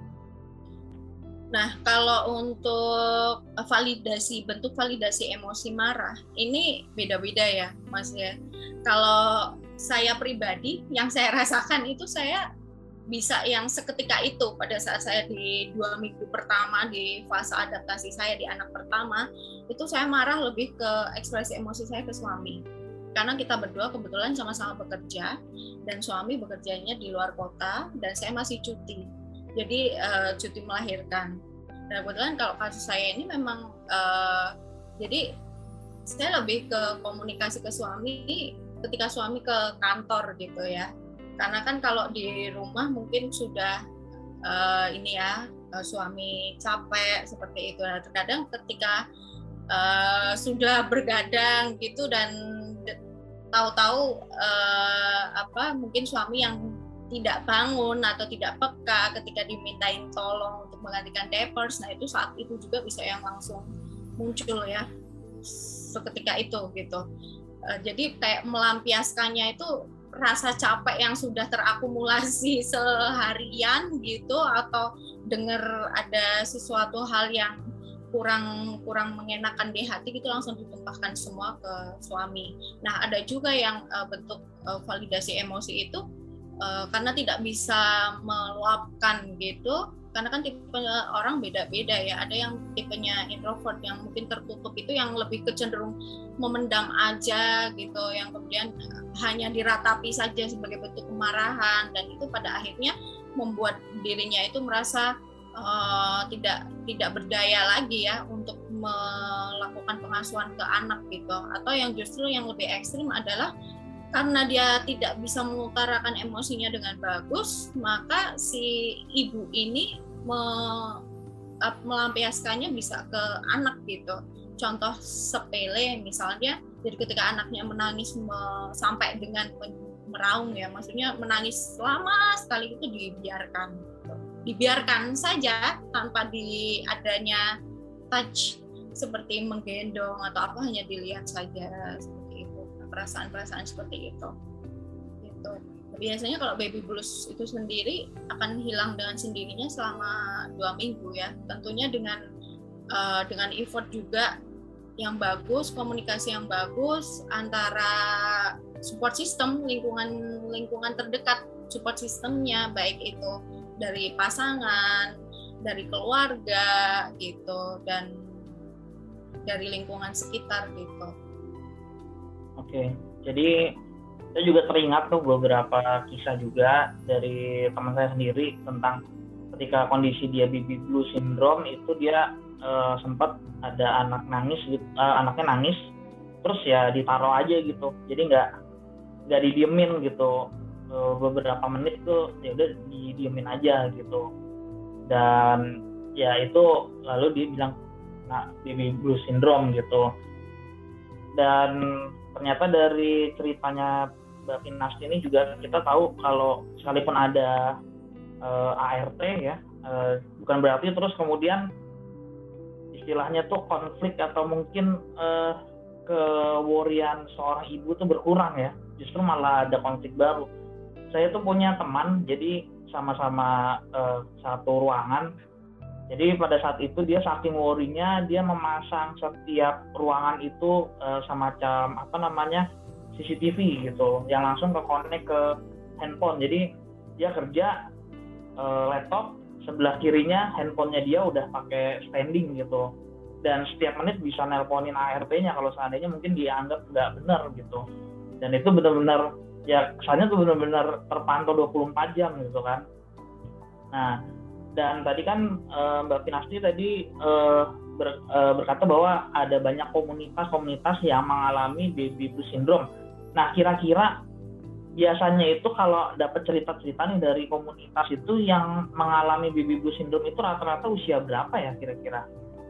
Nah, kalau untuk validasi, bentuk validasi emosi marah, ini beda-beda ya, Mas ya. Kalau saya pribadi, yang saya rasakan itu saya bisa yang seketika itu pada saat saya di dua minggu pertama di fase adaptasi saya di anak pertama, itu saya marah lebih ke ekspresi emosi saya ke suami. Karena kita berdua kebetulan sama-sama bekerja dan suami bekerjanya di luar kota dan saya masih cuti, jadi uh, cuti melahirkan. Dan kebetulan kalau kasus saya ini memang uh, jadi saya lebih ke komunikasi ke suami ketika suami ke kantor gitu ya, karena kan kalau di rumah mungkin sudah uh, ini ya uh, suami capek seperti itu. Nah, terkadang ketika uh, sudah bergadang gitu dan tahu-tahu uh, apa mungkin suami yang tidak bangun atau tidak peka ketika dimintain tolong untuk menggantikan diapers, nah itu saat itu juga bisa yang langsung muncul ya seketika itu gitu. Uh, jadi kayak melampiaskannya itu rasa capek yang sudah terakumulasi seharian gitu, atau dengar ada sesuatu hal yang kurang kurang mengenakan di hati gitu langsung ditumpahkan semua ke suami. Nah, ada juga yang uh, bentuk uh, validasi emosi itu uh, karena tidak bisa meluapkan gitu, karena kan tipe orang beda-beda ya. Ada yang tipenya introvert yang mungkin tertutup, itu yang lebih kecenderung memendam aja gitu, yang kemudian hanya diratapi saja sebagai bentuk kemarahan, dan itu pada akhirnya membuat dirinya itu merasa Uh, tidak tidak berdaya lagi ya untuk melakukan pengasuhan ke anak gitu. Atau yang justru yang lebih ekstrim adalah karena dia tidak bisa mengutarakan emosinya dengan bagus, maka si ibu ini me, uh, melampiaskannya bisa ke anak gitu. Contoh sepele misalnya, jadi ketika anaknya menangis me, sampai dengan meraung ya, maksudnya menangis lama sekali itu dibiarkan, gitu. Dibiarkan saja tanpa di adanya touch seperti menggendong atau apa, hanya dilihat saja seperti itu, perasaan-perasaan seperti itu. Gitu. Biasanya kalau baby blues itu sendiri akan hilang dengan sendirinya selama dua minggu ya. Tentunya dengan uh, dengan effort juga yang bagus, komunikasi yang bagus antara support system, lingkungan lingkungan terdekat support systemnya, baik itu dari pasangan, dari keluarga gitu, dan dari lingkungan sekitar gitu. Oke, jadi saya juga teringat tuh beberapa kisah juga dari teman saya sendiri tentang ketika kondisi dia baby blues syndrome itu dia uh, sempat ada anak nangis, uh, anaknya nangis, terus ya ditaruh aja gitu, jadi nggak nggak didiemin gitu, uh, beberapa menit tuh ya udah didiemin aja gitu, dan ya itu lalu dia bilang nah baby blues syndrome gitu. Dan ternyata dari ceritanya Mbak Pinasti ini juga kita tahu kalau sekalipun ada uh, A R T ya, uh, bukan berarti terus kemudian istilahnya tuh konflik atau mungkin uh, keworian seorang ibu tuh berkurang ya, justru malah ada konflik baru. Saya tuh punya teman, jadi sama-sama uh, satu ruangan. Jadi pada saat itu dia saking worry-nya dia memasang setiap ruangan itu uh, semacam apa namanya C C T V gitu, yang langsung ke connect ke handphone. Jadi dia kerja uh, laptop, sebelah kirinya handphonenya dia udah pakai standing gitu, dan setiap menit bisa nelponin A R T-nya kalau seandainya mungkin dianggap nggak benar gitu. Dan itu benar-benar ya kesannya tuh benar-benar terpantau dua puluh empat jam gitu kan. Nah, dan tadi kan uh, Mbak Pinasti tadi uh, ber, uh, berkata bahwa ada banyak komunitas-komunitas yang mengalami baby blues syndrome. Nah, kira-kira biasanya itu kalau dapat cerita-cerita nih dari komunitas itu yang mengalami baby blues syndrome itu rata-rata usia berapa ya kira-kira?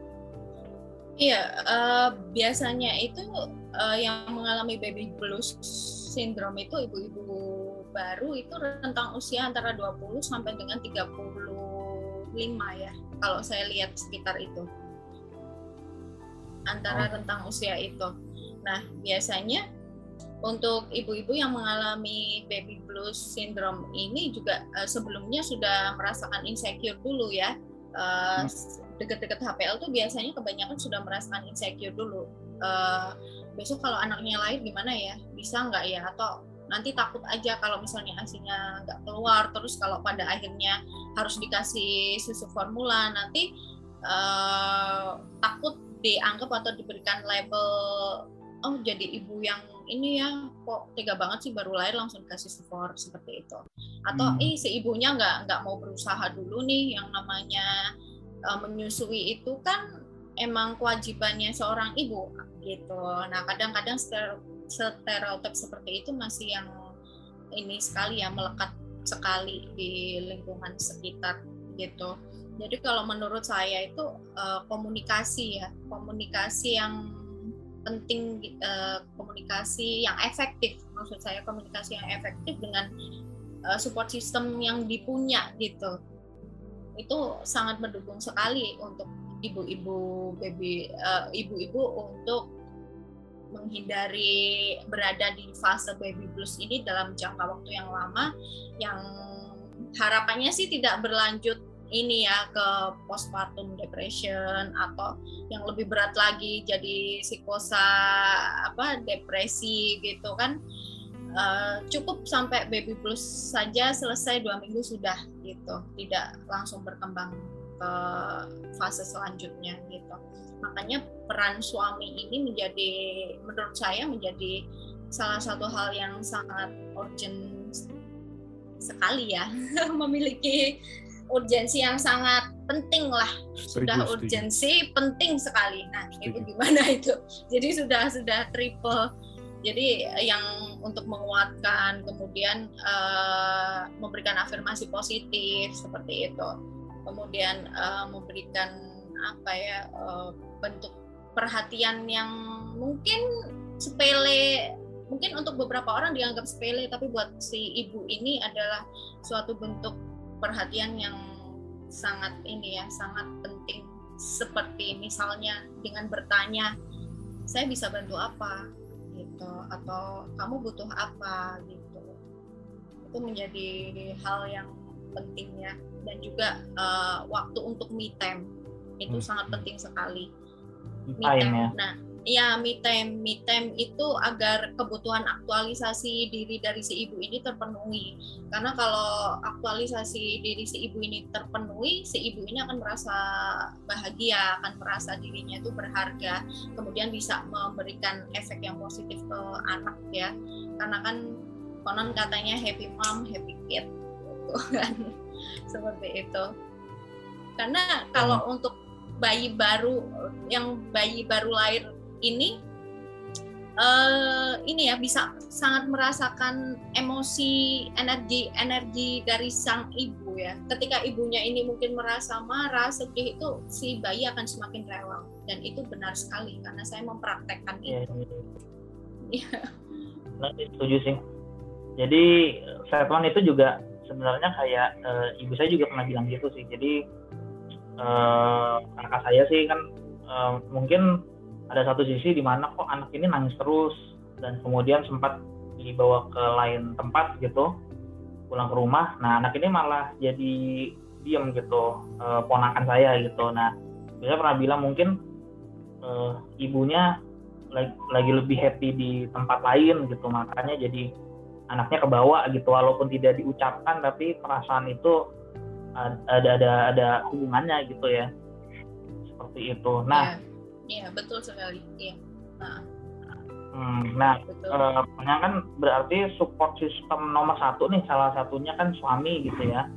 Iya, uh, biasanya itu uh, yang mengalami baby blues syndrome itu ibu-ibu baru itu rentang usia antara dua puluh sampai dengan tiga puluh lima ya, kalau saya lihat sekitar itu, antara rentang usia itu. Nah, biasanya untuk ibu-ibu yang mengalami baby blues syndrome ini juga uh, sebelumnya sudah merasakan insecure dulu ya. Uh, deket-deket H P L tuh biasanya kebanyakan sudah merasakan insecure dulu. Uh, besok kalau anaknya lahir gimana ya, bisa nggak ya, atau nanti takut aja kalau misalnya asinya nggak keluar, terus kalau pada akhirnya harus dikasih susu formula nanti uh, takut dianggap atau diberikan label oh jadi ibu yang ini ya kok tega banget sih baru lahir langsung dikasih sufor seperti itu, atau hmm. ih si ibunya nggak nggak mau berusaha dulu nih, yang namanya uh, menyusui itu kan emang kewajibannya seorang ibu gitu. Nah kadang-kadang stereotip seperti itu masih yang ini sekali ya, melekat sekali di lingkungan sekitar gitu. Jadi kalau menurut saya itu uh, komunikasi ya, komunikasi yang penting, uh, komunikasi yang efektif, maksud saya komunikasi yang efektif dengan uh, support system yang dipunya gitu. Itu sangat mendukung sekali untuk ibu-ibu baby, uh, ibu-ibu untuk menghindari berada di fase baby blues ini dalam jangka waktu yang lama, yang harapannya sih tidak berlanjut ini ya ke postpartum depression atau yang lebih berat lagi jadi psikosa apa depresi gitu kan. Uh, cukup sampai baby blues saja selesai dua minggu sudah gitu, tidak langsung berkembang ke fase selanjutnya gitu. Makanya peran suami ini menjadi, menurut saya menjadi salah satu hal yang sangat urgent sekali ya, memiliki urgensi yang sangat penting lah, sudah urgensi penting sekali. Nah itu gimana itu? Jadi sudah sudah triple. Jadi yang untuk menguatkan, kemudian uh, memberikan afirmasi positif seperti itu. kemudian uh, memberikan apa ya uh, bentuk perhatian yang mungkin sepele, mungkin untuk beberapa orang dianggap sepele, tapi buat si ibu ini adalah suatu bentuk perhatian yang sangat ini ya, sangat penting. Seperti misalnya dengan bertanya, saya bisa bantu apa gitu, atau kamu butuh apa gitu. Itu menjadi hal yang penting ya. Dan juga uh, waktu untuk me time itu hmm. sangat penting sekali. Me time. Ya. Nah, ya me time, me time itu agar kebutuhan aktualisasi diri dari si ibu ini terpenuhi. Karena kalau aktualisasi diri si ibu ini terpenuhi, si ibu ini akan merasa bahagia, akan merasa dirinya itu berharga, kemudian bisa memberikan efek yang positif ke anak ya. Karena kan konon katanya happy mom, happy kid, gitu kan. Seperti itu. Karena kalau hmm. untuk bayi baru, yang bayi baru lahir ini uh, ini ya bisa sangat merasakan emosi, energi energi dari sang ibu ya. Ketika ibunya ini mungkin merasa marah, sedih, itu si bayi akan semakin rewel, dan itu benar sekali karena saya mempraktekkan ya, itu. Iya. Nah, setuju sih. Jadi statement itu juga sebenarnya kayak uh, ibu saya juga pernah bilang gitu sih. Jadi uh, kakak saya sih kan uh, mungkin ada satu sisi di mana kok anak ini nangis terus, dan kemudian sempat dibawa ke lain tempat gitu, pulang ke rumah. Nah, anak ini malah jadi diem gitu, uh, ponakan saya gitu. Nah, saya pernah bilang mungkin uh, ibunya lagi, lagi lebih happy di tempat lain gitu, makanya jadi anaknya kebawa gitu, walaupun tidak diucapkan tapi perasaan itu ada ada ada hubungannya gitu ya, seperti itu. Nah, iya, ya, betul sekali. Iya. Nah, hmm, nah eh, kan berarti support system nomor satu nih, salah satunya kan suami gitu ya.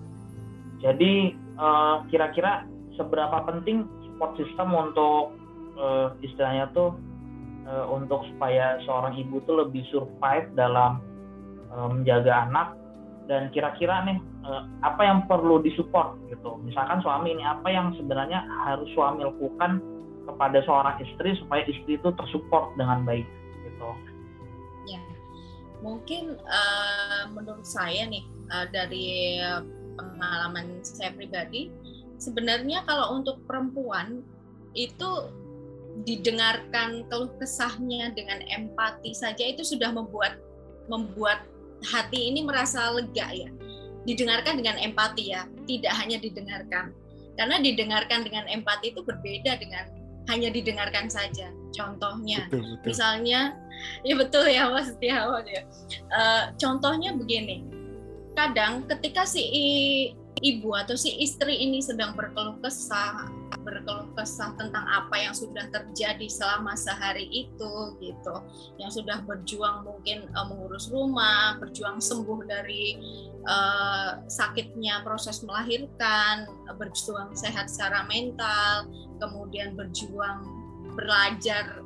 Jadi eh, kira-kira seberapa penting support system untuk eh, istilahnya tuh eh, untuk supaya seorang ibu tuh lebih survive dalam menjaga anak, dan kira-kira nih apa yang perlu disupport gitu. Misalkan suami ini, apa yang sebenarnya harus suami lakukan kepada seorang istri supaya istri itu tersupport dengan baik gitu. Ya, mungkin uh, menurut saya nih uh, dari pengalaman saya pribadi, sebenarnya kalau untuk perempuan itu didengarkan keluh kesahnya dengan empati saja itu sudah membuat membuat hati ini merasa lega ya. Didengarkan dengan empati ya, tidak hanya didengarkan. Karena didengarkan dengan empati itu berbeda dengan hanya didengarkan saja. Contohnya, betul, betul. Misalnya, ya betul ya Mas Setiawan ya. Uh, contohnya begini, kadang ketika si ibu atau si istri ini sedang berkeluh kesah, berkeluh kesah tentang apa yang sudah terjadi selama sehari itu gitu, yang sudah berjuang mungkin uh, mengurus rumah, berjuang sembuh dari uh, sakitnya proses melahirkan, uh, berjuang sehat secara mental, kemudian berjuang belajar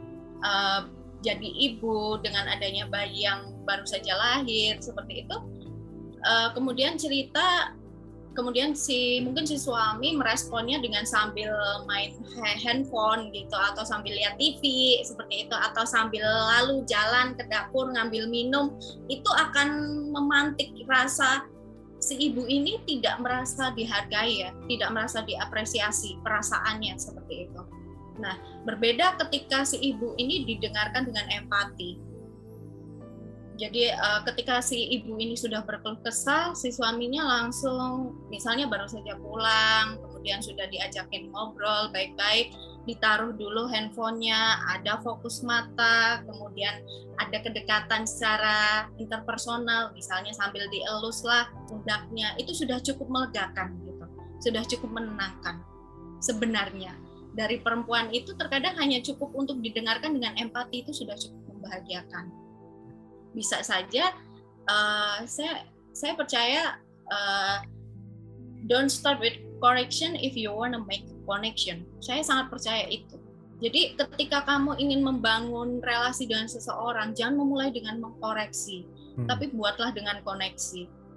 uh, jadi ibu dengan adanya bayi yang baru saja lahir seperti itu, uh, kemudian cerita. Kemudian si mungkin si suami meresponnya dengan sambil main handphone gitu, atau sambil lihat T V seperti itu, atau sambil lalu jalan ke dapur ngambil minum. Itu akan memantik rasa si ibu ini tidak merasa dihargai ya, tidak merasa diapresiasi perasaannya seperti itu. Nah, berbeda ketika si ibu ini didengarkan dengan empati. Jadi uh, ketika si ibu ini sudah berkeluh kesah, si suaminya langsung misalnya baru saja pulang, kemudian sudah diajakin ngobrol baik-baik, ditaruh dulu handphonenya, ada fokus mata, kemudian ada kedekatan secara interpersonal, misalnya sambil dielus lah pundaknya, itu sudah cukup melegakan gitu, sudah cukup menenangkan. Sebenarnya dari perempuan itu terkadang hanya cukup untuk didengarkan dengan empati, itu sudah cukup membahagiakan. Bisa saja uh, saya saya percaya uh, don't start with correction if you wanna make connection. Saya sangat percaya itu. Jadi ketika kamu ingin membangun relasi dengan seseorang, jangan memulai dengan mengkoreksi, hmm. tapi buatlah dengan koneksi.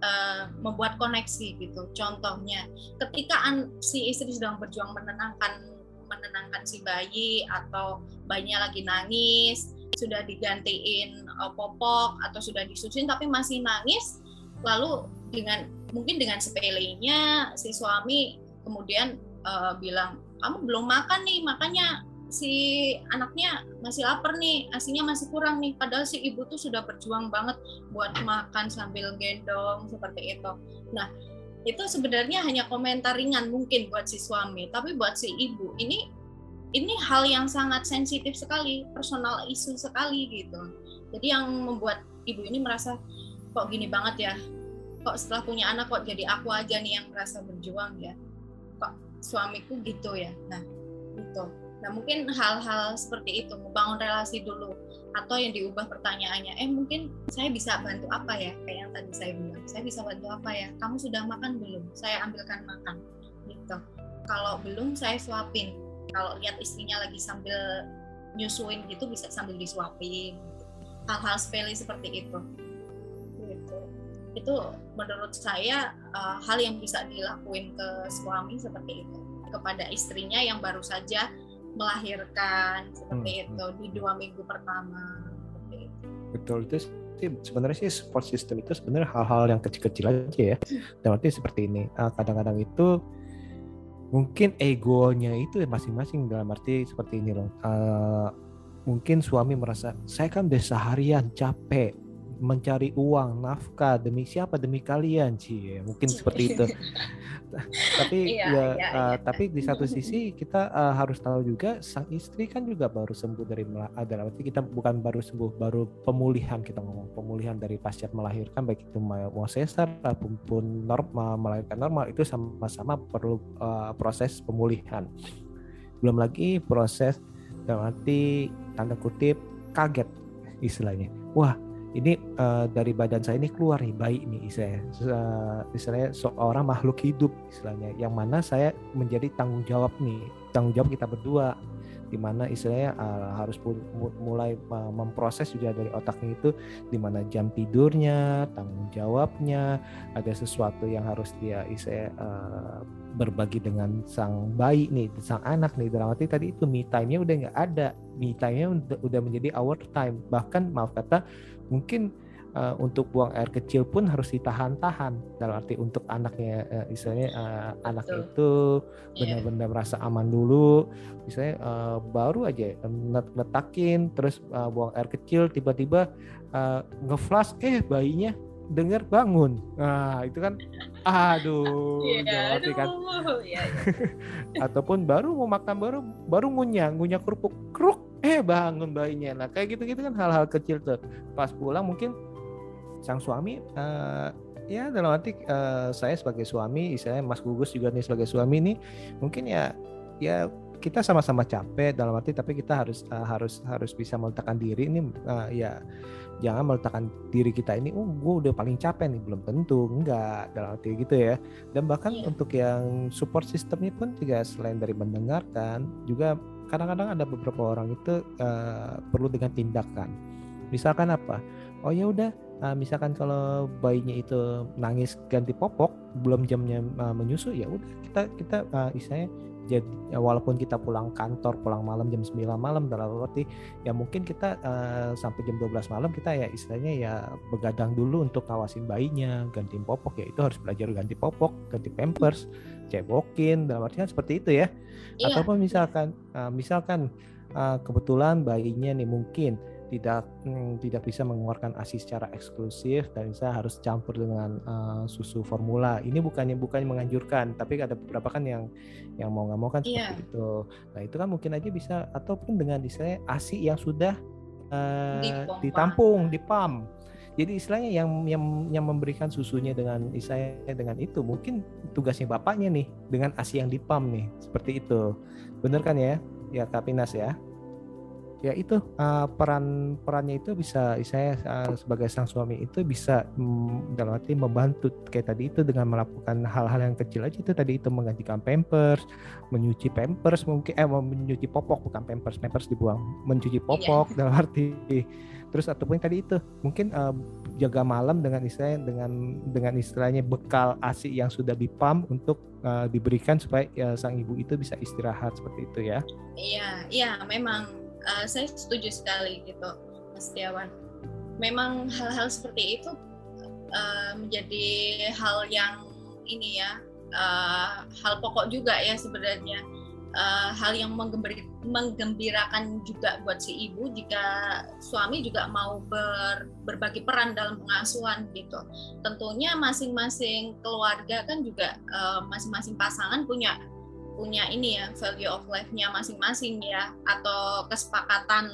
uh, membuat koneksi gitu. Contohnya ketika an- si istri sedang berjuang menenangkan menenangkan si bayi atau bayinya lagi nangis, sudah digantiin uh, popok atau sudah disusuin tapi masih nangis, lalu dengan mungkin dengan sepelenya si suami kemudian uh, bilang, kamu belum makan nih, makanya si anaknya masih lapar nih, asinya masih kurang nih, padahal si ibu tuh sudah berjuang banget buat makan sambil gendong seperti itu. Nah, itu sebenarnya hanya komentar ringan mungkin buat si suami, tapi buat si ibu ini ini hal yang sangat sensitif sekali, personal issue sekali gitu. Jadi yang membuat ibu ini merasa kok gini banget ya, kok setelah punya anak kok jadi aku aja nih yang merasa berjuang ya, kok suamiku gitu ya. Nah gitu. Nah mungkin hal-hal seperti itu, membangun relasi dulu, atau yang diubah pertanyaannya, eh mungkin saya bisa bantu apa ya, kayak yang tadi saya bilang, saya bisa bantu apa ya, kamu sudah makan belum, saya ambilkan makan gitu. Kalau belum saya suapin, kalau lihat istrinya lagi sambil nyusuin gitu bisa sambil disuapin, hal-hal sepele seperti itu gitu. Itu menurut saya uh, hal yang bisa dilakuin ke suami seperti itu kepada istrinya yang baru saja melahirkan seperti hmm. itu di dua minggu pertama seperti itu. Betul, itu sih sebenarnya sih support system itu sebenarnya hal-hal yang kecil-kecil aja ya. Dan artinya seperti ini, kadang-kadang itu mungkin egonya itu masing-masing, dalam arti seperti ini loh. Uh, mungkin suami merasa saya kan udah seharian capek mencari uang nafkah demi siapa, demi kalian sih, mungkin seperti itu. Tapi iya, ya iya, uh, iya. tapi di satu sisi kita uh, harus tahu juga sang istri kan juga baru sembuh dari adalah berarti kita bukan baru sembuh, baru pemulihan, kita ngomong pemulihan dari pasca melahirkan, baik itu mau sesar ataupun normal, melahirkan normal, itu sama-sama perlu uh, proses pemulihan. Belum lagi proses dalam arti tanda kutip kaget istilahnya, wah ini uh, dari badan saya ini keluar nih bayi nih istilahnya, uh, istilahnya seorang makhluk hidup istilahnya, yang mana saya menjadi tanggung jawab nih, tanggung jawab kita berdua, di mana istilahnya uh, harus pun, mulai uh, memproses juga dari otaknya itu, di mana jam tidurnya, tanggung jawabnya, ada sesuatu yang harus dia istilahnya uh, berbagi dengan sang bayi nih, sang anak nih, dalam arti tadi itu me time-nya udah nggak ada, me time-nya udah, udah menjadi our time, bahkan maaf kata mungkin uh, untuk buang air kecil pun harus ditahan-tahan, dalam arti untuk anaknya uh, istilahnya uh, anak itu benar-benar merasa aman dulu, misalnya uh, baru aja letakin terus uh, buang air kecil, tiba-tiba uh, ngeflash eh bayinya dengar bangun, nah itu kan aduh yeah, aduh kan yeah, yeah. Ataupun baru mau makan, baru baru ngunyah ngunyah kerupuk kruk eh bangun bayinya. Nah kayak gitu-gitu kan hal-hal kecil tuh, pas pulang mungkin sang suami uh, ya dalam arti uh, saya sebagai suami, istilahnya Mas Gugus juga nih sebagai suami nih, mungkin ya ya kita sama-sama capek dalam arti, tapi kita harus uh, harus harus bisa meletakkan diri ini, uh, ya jangan meletakkan diri kita ini, oh gue udah paling capek nih, belum tentu, enggak, dalam arti gitu ya. Dan bahkan yeah. untuk yang support systemnya pun juga selain dari mendengarkan, juga kadang-kadang ada beberapa orang itu uh, perlu dengan tindakan. Misalkan apa? Oh ya udah, uh, misalkan kalau bayinya itu nangis ganti popok, belum jamnya uh, menyusu, ya udah kita kita uh, istilahnya jadi ya, walaupun kita pulang kantor pulang malam jam sembilan malam, dalam arti ya mungkin kita uh, sampai jam dua belas malam kita ya istilahnya ya begadang dulu untuk ngawasin bayinya, gantiin popok, ya itu harus belajar ganti popok, ganti pampers, cebokin, dalam artian seperti itu ya. Iya. Ataupun misalkan uh, misalkan uh, kebetulan bayinya nih mungkin tidak hmm, tidak bisa mengeluarkan A S I secara eksklusif dan saya harus campur dengan uh, susu formula. Ini bukannya bukannya menganjurkan, tapi ada beberapa kan yang yang mau nggak mau kan seperti yeah. itu. Nah itu kan mungkin aja bisa, ataupun dengan istilahnya A S I yang sudah uh, ditampung, dipam. Jadi istilahnya yang yang yang memberikan susunya dengan istilahnya dengan itu, mungkin tugasnya bapaknya nih dengan A S I yang dipam nih, seperti itu. Bener kan ya? Ya Kak Pinas ya. ya itu uh, peran perannya itu bisa saya uh, sebagai sang suami itu bisa mm, dalam arti membantu kayak tadi itu dengan melakukan hal-hal yang kecil aja itu tadi itu menggantikan pampers, menyuci pampers mungkin eh menyuci popok bukan pampers pampers dibuang, mencuci popok iya. Dalam arti terus ataupun tadi itu mungkin uh, jaga malam dengan istilahnya dengan dengan istilahnya bekal A S I yang sudah dipam untuk uh, diberikan supaya uh, sang ibu itu bisa istirahat seperti itu ya. Iya, iya memang. Uh, saya setuju sekali gitu, Mas Setiawan. Memang hal-hal seperti itu uh, menjadi hal yang ini ya, uh, hal pokok juga ya sebenarnya, uh, hal yang menggembir- menggembirakan juga buat si ibu jika suami juga mau ber, berbagi peran dalam pengasuhan gitu. Tentunya masing-masing keluarga kan juga uh, masing-masing pasangan punya punya ini ya value of life-nya masing-masing ya, atau kesepakatan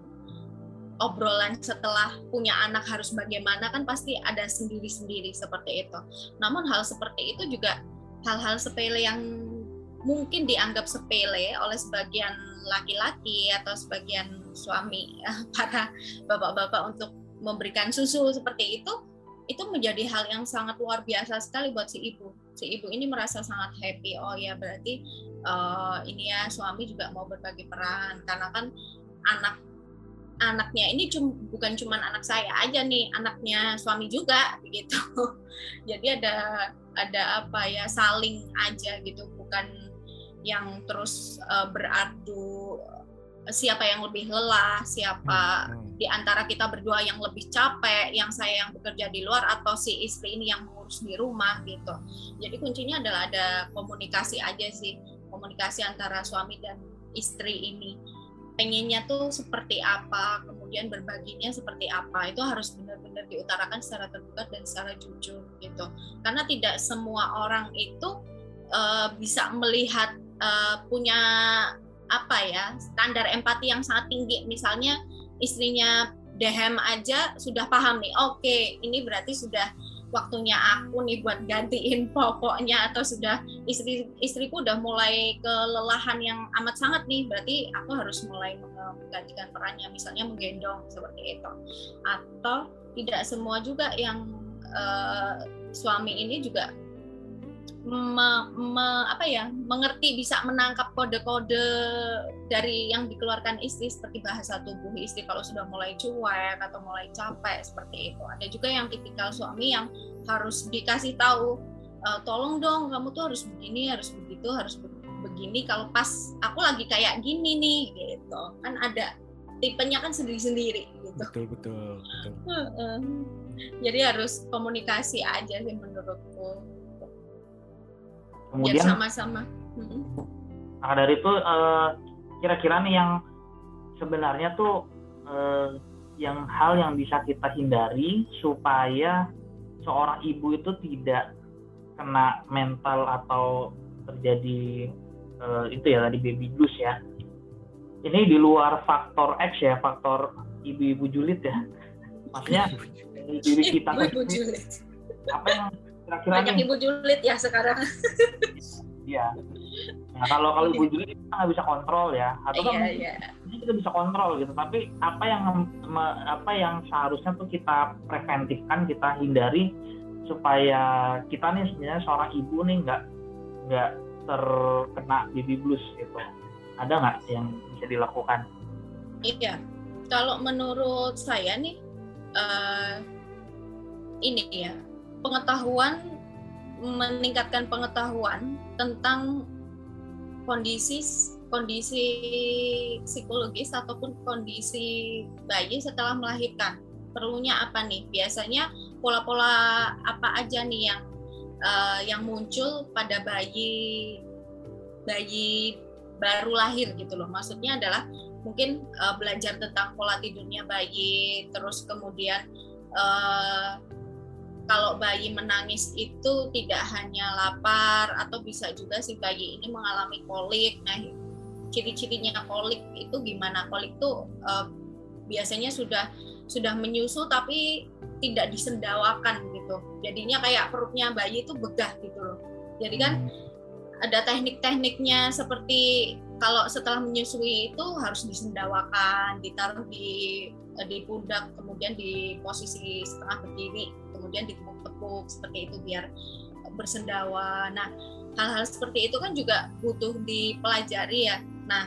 obrolan setelah punya anak harus bagaimana kan pasti ada sendiri-sendiri seperti itu. Namun hal seperti itu juga hal-hal sepele yang mungkin dianggap sepele oleh sebagian laki-laki atau sebagian suami para bapak-bapak untuk memberikan susu seperti itu, itu menjadi hal yang sangat luar biasa sekali buat si ibu. Si ibu ini merasa sangat happy, oh ya berarti uh, ini ya suami juga mau berbagi peran, karena kan anak anaknya ini cum, bukan cuma anak saya aja nih, anaknya suami juga begitu. Jadi ada ada apa ya saling aja gitu, bukan yang terus uh, beradu siapa yang lebih lelah, siapa hmm. di antara kita berdua yang lebih capek, yang saya yang bekerja di luar atau si istri ini yang mengurus di rumah gitu. Jadi kuncinya adalah ada komunikasi aja sih, komunikasi antara suami dan istri ini. Pengennya tuh seperti apa, kemudian berbaginya seperti apa, itu harus benar-benar diutarakan secara terbuka dan secara jujur gitu. Karena tidak semua orang itu uh, bisa melihat uh, punya apa ya standar empati yang sangat tinggi. Misalnya istrinya dehem aja sudah paham nih, oke okay, ini berarti sudah waktunya aku nih buat gantiin popoknya, atau sudah istri istriku udah mulai kelelahan yang amat sangat nih, berarti aku harus mulai menggantikan perannya, misalnya menggendong seperti itu. Atau tidak semua juga yang uh, suami ini juga Me, me, apa ya mengerti, bisa menangkap kode-kode dari yang dikeluarkan istri, seperti bahasa tubuh istri kalau sudah mulai cuek atau mulai capek seperti itu. Ada juga yang tipikal suami yang harus dikasih tahu, e, tolong dong kamu tuh harus begini, harus begitu, harus begini kalau pas aku lagi kayak gini nih gitu. Kan ada tipenya kan sendiri-sendiri gitu. Betul betul. betul. Jadi harus komunikasi aja sih menurutku. Kemudian biar sama-sama. Nah dari itu uh, kira-kira nih yang sebenarnya tuh uh, yang hal yang bisa kita hindari supaya seorang ibu itu tidak kena mental atau terjadi uh, itu ya tadi baby blues ya. Ini di luar faktor X ya, faktor ibu-ibu julid ya. Maksudnya diri kita ibu-ibu julid. Apa yang kira-kira banyak nih, ibu julid ya sekarang. Iya. Nah kalau kalau ibu julid kita nggak bisa kontrol ya, atau kan iya, iya. kita bisa kontrol gitu. Tapi apa yang apa yang seharusnya tuh kita preventifkan, kita hindari supaya kita nih sebenarnya seorang ibu nih nggak nggak terkena baby blues gitu. Ada nggak yang bisa dilakukan? Iya. Kalau menurut saya nih uh, ini ya. Pengetahuan, meningkatkan pengetahuan tentang kondisi kondisi psikologis ataupun kondisi bayi setelah melahirkan. Perlunya apa nih? Biasanya pola-pola apa aja nih yang uh, yang muncul pada bayi bayi baru lahir gitu loh. Maksudnya adalah mungkin uh, belajar tentang pola tidurnya bayi, terus kemudian uh, kalau bayi menangis itu tidak hanya lapar, atau bisa juga si bayi ini mengalami kolik. Nah, ciri-cirinya kolik itu gimana? Kolik itu uh, biasanya sudah sudah menyusu tapi tidak disendawakan gitu. Jadinya kayak perutnya bayi itu begah gitu loh. Jadi kan ada teknik-tekniknya seperti kalau setelah menyusui itu harus disendawakan, ditaruh di di pundak, kemudian di posisi setengah berdiri, kemudian ditekuk-tekuk seperti itu biar bersendawa. Nah, hal-hal seperti itu kan juga butuh dipelajari ya. Nah,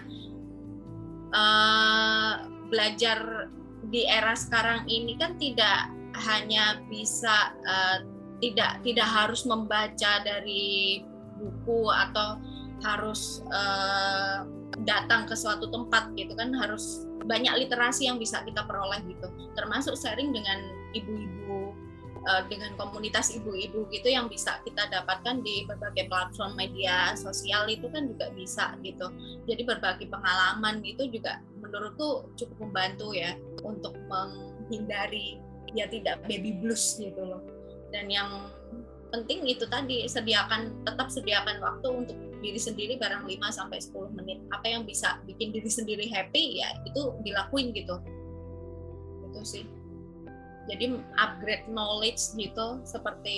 uh, belajar di era sekarang ini kan tidak hanya bisa uh, tidak tidak harus membaca dari buku atau harus uh, datang ke suatu tempat gitu kan, harus banyak literasi yang bisa kita peroleh gitu, termasuk sharing dengan ibu-ibu, uh, dengan komunitas ibu-ibu gitu yang bisa kita dapatkan di berbagai platform media sosial itu kan juga bisa gitu. Jadi berbagi pengalaman itu juga menurutku cukup membantu ya untuk menghindari ya tidak baby blues gitu loh. Dan yang penting itu tadi, sediakan tetap sediakan waktu untuk diri sendiri barang lima sampai sepuluh menit. Apa yang bisa bikin diri sendiri happy ya itu dilakuin gitu. Itu sih. Jadi upgrade knowledge gitu seperti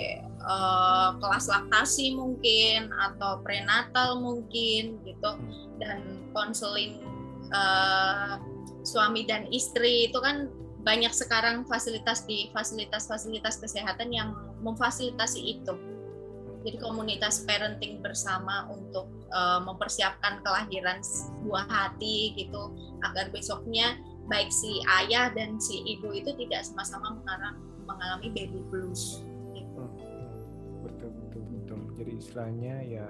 uh, kelas laktasi mungkin atau prenatal mungkin gitu, dan konseling uh, suami dan istri itu kan banyak sekarang fasilitas di fasilitas-fasilitas kesehatan yang memfasilitasi itu. Jadi komunitas parenting bersama untuk uh, mempersiapkan kelahiran buah hati gitu, agar besoknya baik si ayah dan si ibu itu tidak sama-sama mengalami baby blues. Gitu. Betul betul betul. Jadi istilahnya ya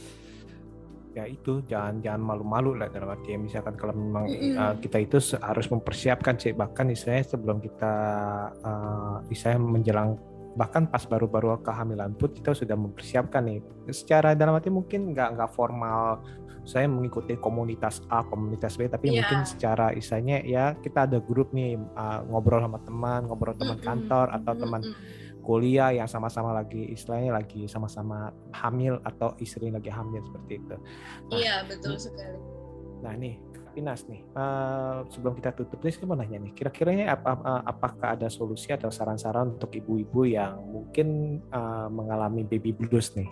ya itu jangan jangan malu-malu lah, dalam arti ya, misalkan kalau memang mm-hmm. uh, kita itu harus mempersiapkan sih, bahkan istilahnya sebelum kita uh, istilahnya menjelang, bahkan pas baru-baru kehamilan pun kita sudah mempersiapkan nih secara dalam arti mungkin nggak nggak formal saya mengikuti komunitas A, komunitas B, tapi yeah. mungkin secara istilahnya ya kita ada grup nih, uh, ngobrol sama teman, ngobrol teman mm-hmm. kantor atau teman mm-hmm. kuliah yang sama-sama lagi istilahnya lagi sama-sama hamil atau istri lagi hamil seperti itu. Nah, iya betul sekali. Nah nih Pinas nih, uh, sebelum kita tutup nih saya mau nanya nih, kira-kiranya apa, uh, apakah ada solusi atau saran-saran untuk ibu-ibu yang mungkin uh, mengalami baby blues nih?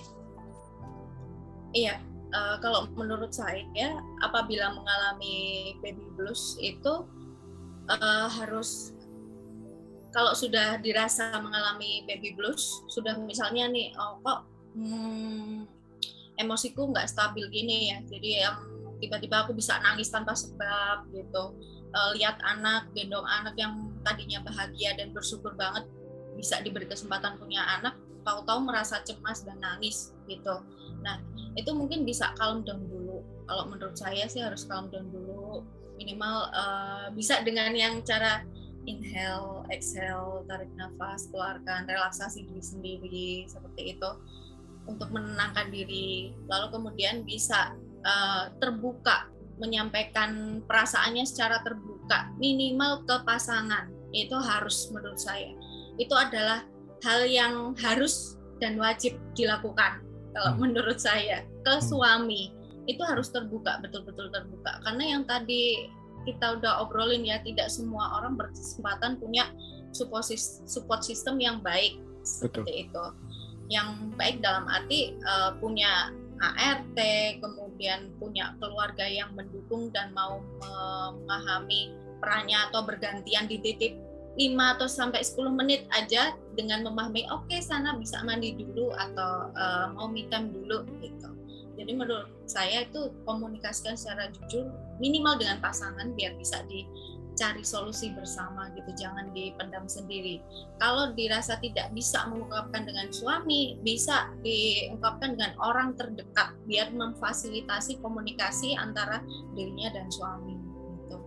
Iya, uh, kalau menurut saya apabila mengalami baby blues itu uh, harus, kalau sudah dirasa mengalami baby blues, sudah misalnya nih, oh kok hmm, emosiku nggak stabil gini ya, jadi yang tiba-tiba aku bisa nangis tanpa sebab gitu, e, lihat anak, gendong anak yang tadinya bahagia dan bersyukur banget bisa diberi kesempatan punya anak, tahu-tahu merasa cemas dan nangis gitu. Nah itu mungkin bisa calm down dulu. Kalau menurut saya sih harus calm down dulu, minimal e, bisa dengan yang cara inhale, exhale, tarik nafas, keluarkan, relaksasi diri sendiri seperti itu untuk menenangkan diri. Lalu kemudian bisa uh, terbuka, menyampaikan perasaannya secara terbuka, minimal ke pasangan. Itu harus, menurut saya. Itu adalah hal yang harus dan wajib dilakukan kalau hmm. menurut saya. Ke suami itu harus terbuka, betul-betul terbuka. Karena yang tadi kita udah obrolin ya, tidak semua orang berkesempatan punya support system yang baik. Betul. Seperti itu. Yang baik dalam arti uh, punya A R T, kemudian punya keluarga yang mendukung dan mau memahami perannya atau bergantian dititip lima atau sampai sepuluh menit aja dengan memahami oke okay, sana bisa mandi dulu atau uh, mau me time dulu gitu. Jadi menurut saya itu komunikasikan secara jujur minimal dengan pasangan biar bisa dicari solusi bersama gitu, jangan dipendam sendiri. Kalau dirasa tidak bisa mengungkapkan dengan suami, bisa diungkapkan dengan orang terdekat biar memfasilitasi komunikasi antara dirinya dan suami gitu.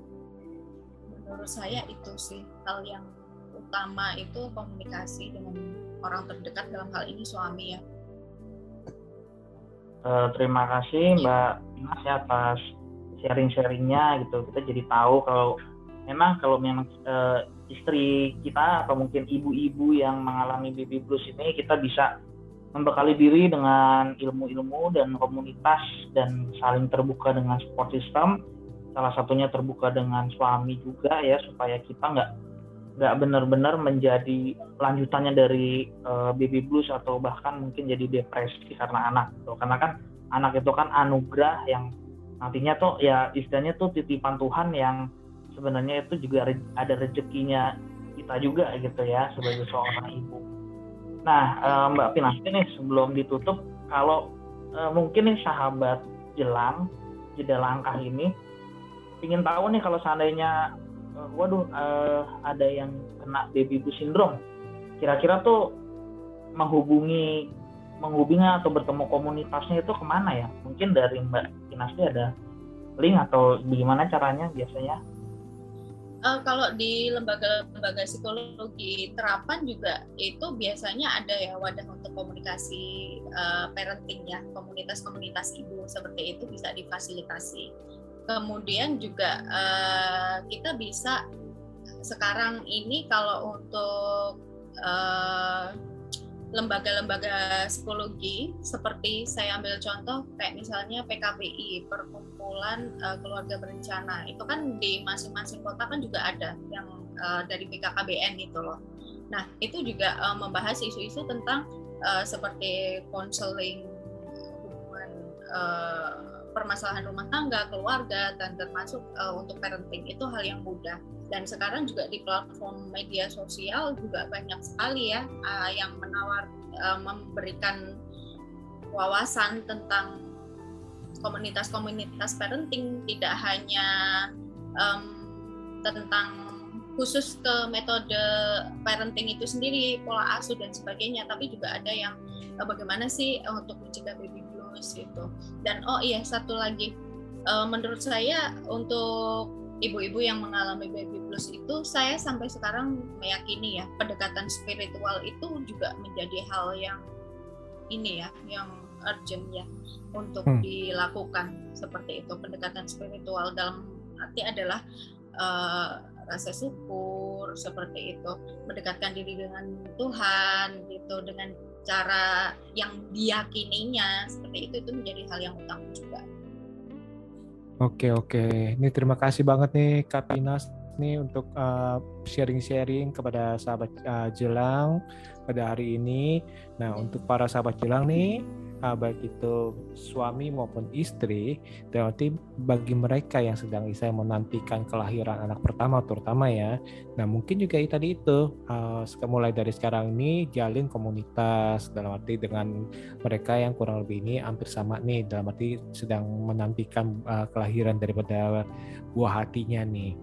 Menurut saya itu sih hal yang utama, itu komunikasi dengan orang terdekat, dalam hal ini suami ya. Uh, terima kasih Mbak Pinas ya atas sharing-sharingnya gitu. Kita jadi tahu kalau memang kalau memang uh, istri kita atau mungkin ibu-ibu yang mengalami baby blues ini, kita bisa membekali diri dengan ilmu-ilmu dan komunitas dan saling terbuka dengan support system. Salah satunya terbuka dengan suami juga ya, supaya kita nggak nggak benar-benar menjadi lanjutannya dari uh, baby blues atau bahkan mungkin jadi depresi karena anak gitu. Karena kan anak itu kan anugerah yang Nantinya tuh ya istilahnya tuh titipan Tuhan yang sebenarnya itu juga re- ada rezekinya kita juga gitu ya sebagai seorang ibu. Nah, eh, Mbak Pinasti nih sebelum ditutup, kalau eh, mungkin nih sahabat Jelang, jeda langkah ini, ingin tahu nih kalau seandainya, eh, waduh, eh, ada yang kena baby blues syndrome, kira-kira tuh menghubungi menghubungi atau bertemu komunitasnya itu kemana ya? Mungkin dari Mbak Pinasti ada link atau bagaimana caranya biasanya? Uh, kalau di lembaga-lembaga psikologi terapan juga itu biasanya ada ya wadah untuk komunikasi uh, parenting ya, komunitas-komunitas ibu seperti itu bisa difasilitasi. Kemudian juga uh, kita bisa sekarang ini kalau untuk uh, lembaga-lembaga psikologi seperti saya ambil contoh kayak misalnya P K B I, Perkumpulan uh, Keluarga Berencana, itu kan di masing-masing kota kan juga ada yang uh, dari B K K B N itu loh. Nah itu juga uh, membahas isu-isu tentang uh, seperti konseling hubungan uh, permasalahan rumah tangga, keluarga, dan termasuk uh, untuk parenting itu hal yang mudah. Dan sekarang juga di platform media sosial juga banyak sekali ya uh, yang menawar uh, memberikan wawasan tentang komunitas-komunitas parenting, tidak hanya um, tentang khusus ke metode parenting itu sendiri, pola asuh dan sebagainya, tapi juga ada yang uh, bagaimana sih uh, untuk mencegah baby blues gitu. Dan oh iya satu lagi, uh, menurut saya untuk ibu-ibu yang mengalami baby blues itu, saya sampai sekarang meyakini ya pendekatan spiritual itu juga menjadi hal yang ini ya, yang urgent ya untuk hmm. dilakukan seperti itu. Pendekatan spiritual dalam arti adalah uh, rasa syukur seperti itu, mendekatkan diri dengan Tuhan gitu dengan cara yang diyakininya seperti itu, itu menjadi hal yang utama juga. Oke oke, ini terima kasih banget nih Kak Pinas nih untuk uh, sharing-sharing kepada sahabat uh, Jelang pada hari ini. Nah untuk para sahabat Jelang nih, uh, baik itu suami maupun istri, berarti bagi mereka yang sedang istilahnya menantikan kelahiran anak pertama terutama ya. Nah mungkin juga tadi itu uh, mulai dari sekarang ini jalin komunitas dalam arti dengan mereka yang kurang lebih ini hampir sama nih dalam arti sedang menantikan uh, kelahiran daripada buah hatinya nih.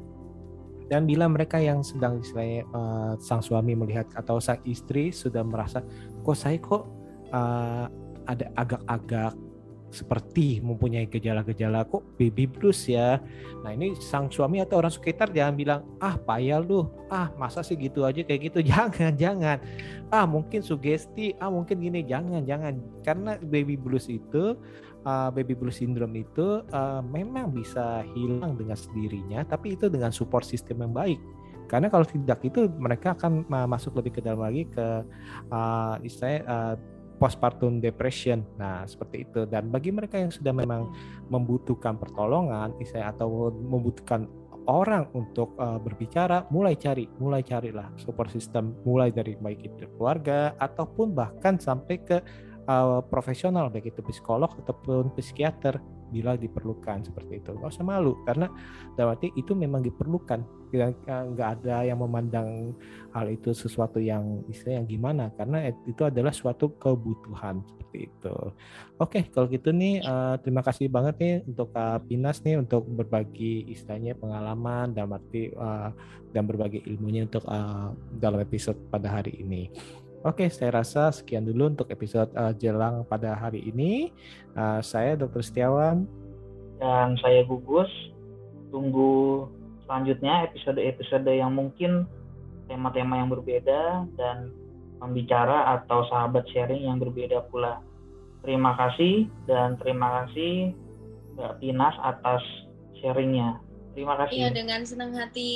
Dan bila mereka yang sedang istilahnya uh, sang suami melihat atau sang istri sudah merasa kok saya kok uh, ada agak-agak seperti mempunyai gejala-gejala kok baby blues ya. Nah ini sang suami atau orang sekitar jangan bilang ah payah lu, ah masa sih gitu aja kayak gitu, jangan jangan. Ah mungkin sugesti, ah mungkin gini, jangan jangan. Karena baby blues itu Uh, baby blues syndrome itu uh, memang bisa hilang dengan sendirinya, tapi itu dengan support system yang baik. Karena kalau tidak itu mereka akan uh, masuk lebih ke dalam lagi ke uh, istilahnya uh, postpartum depression. Nah seperti itu. Dan bagi mereka yang sudah memang membutuhkan pertolongan, istilahnya atau membutuhkan orang untuk uh, berbicara, mulai cari, mulai carilah support system, mulai dari baik itu keluarga ataupun bahkan sampai ke Uh, profesional baik itu psikolog ataupun psikiater bila diperlukan seperti itu. Nggak usah malu karena berarti itu memang diperlukan. Nggak ada yang memandang hal itu sesuatu yang istilah yang gimana karena itu adalah suatu kebutuhan seperti itu. Oke kalau gitu nih uh, terima kasih banget nih untuk Kak Pinas nih untuk berbagi istilahnya pengalaman dalam arti uh, dan berbagi ilmunya untuk uh, dalam episode pada hari ini. Oke, saya rasa sekian dulu untuk episode uh, Jelang pada hari ini. Uh, saya dokter Setiawan. Dan saya Gugus. Tunggu selanjutnya episode-episode yang mungkin tema-tema yang berbeda dan pembicara atau sahabat sharing yang berbeda pula. Terima kasih dan terima kasih Mbak Pinas atas sharingnya. Terima kasih. Iya, dengan senang hati.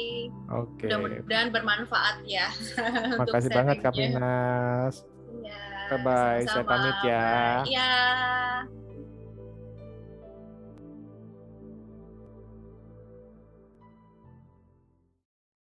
Oke. Mudah-mudahan bermanfaat ya. Terima kasih banget Kak Pinas. Ya, bye bye. Saya pamit ya. Iya.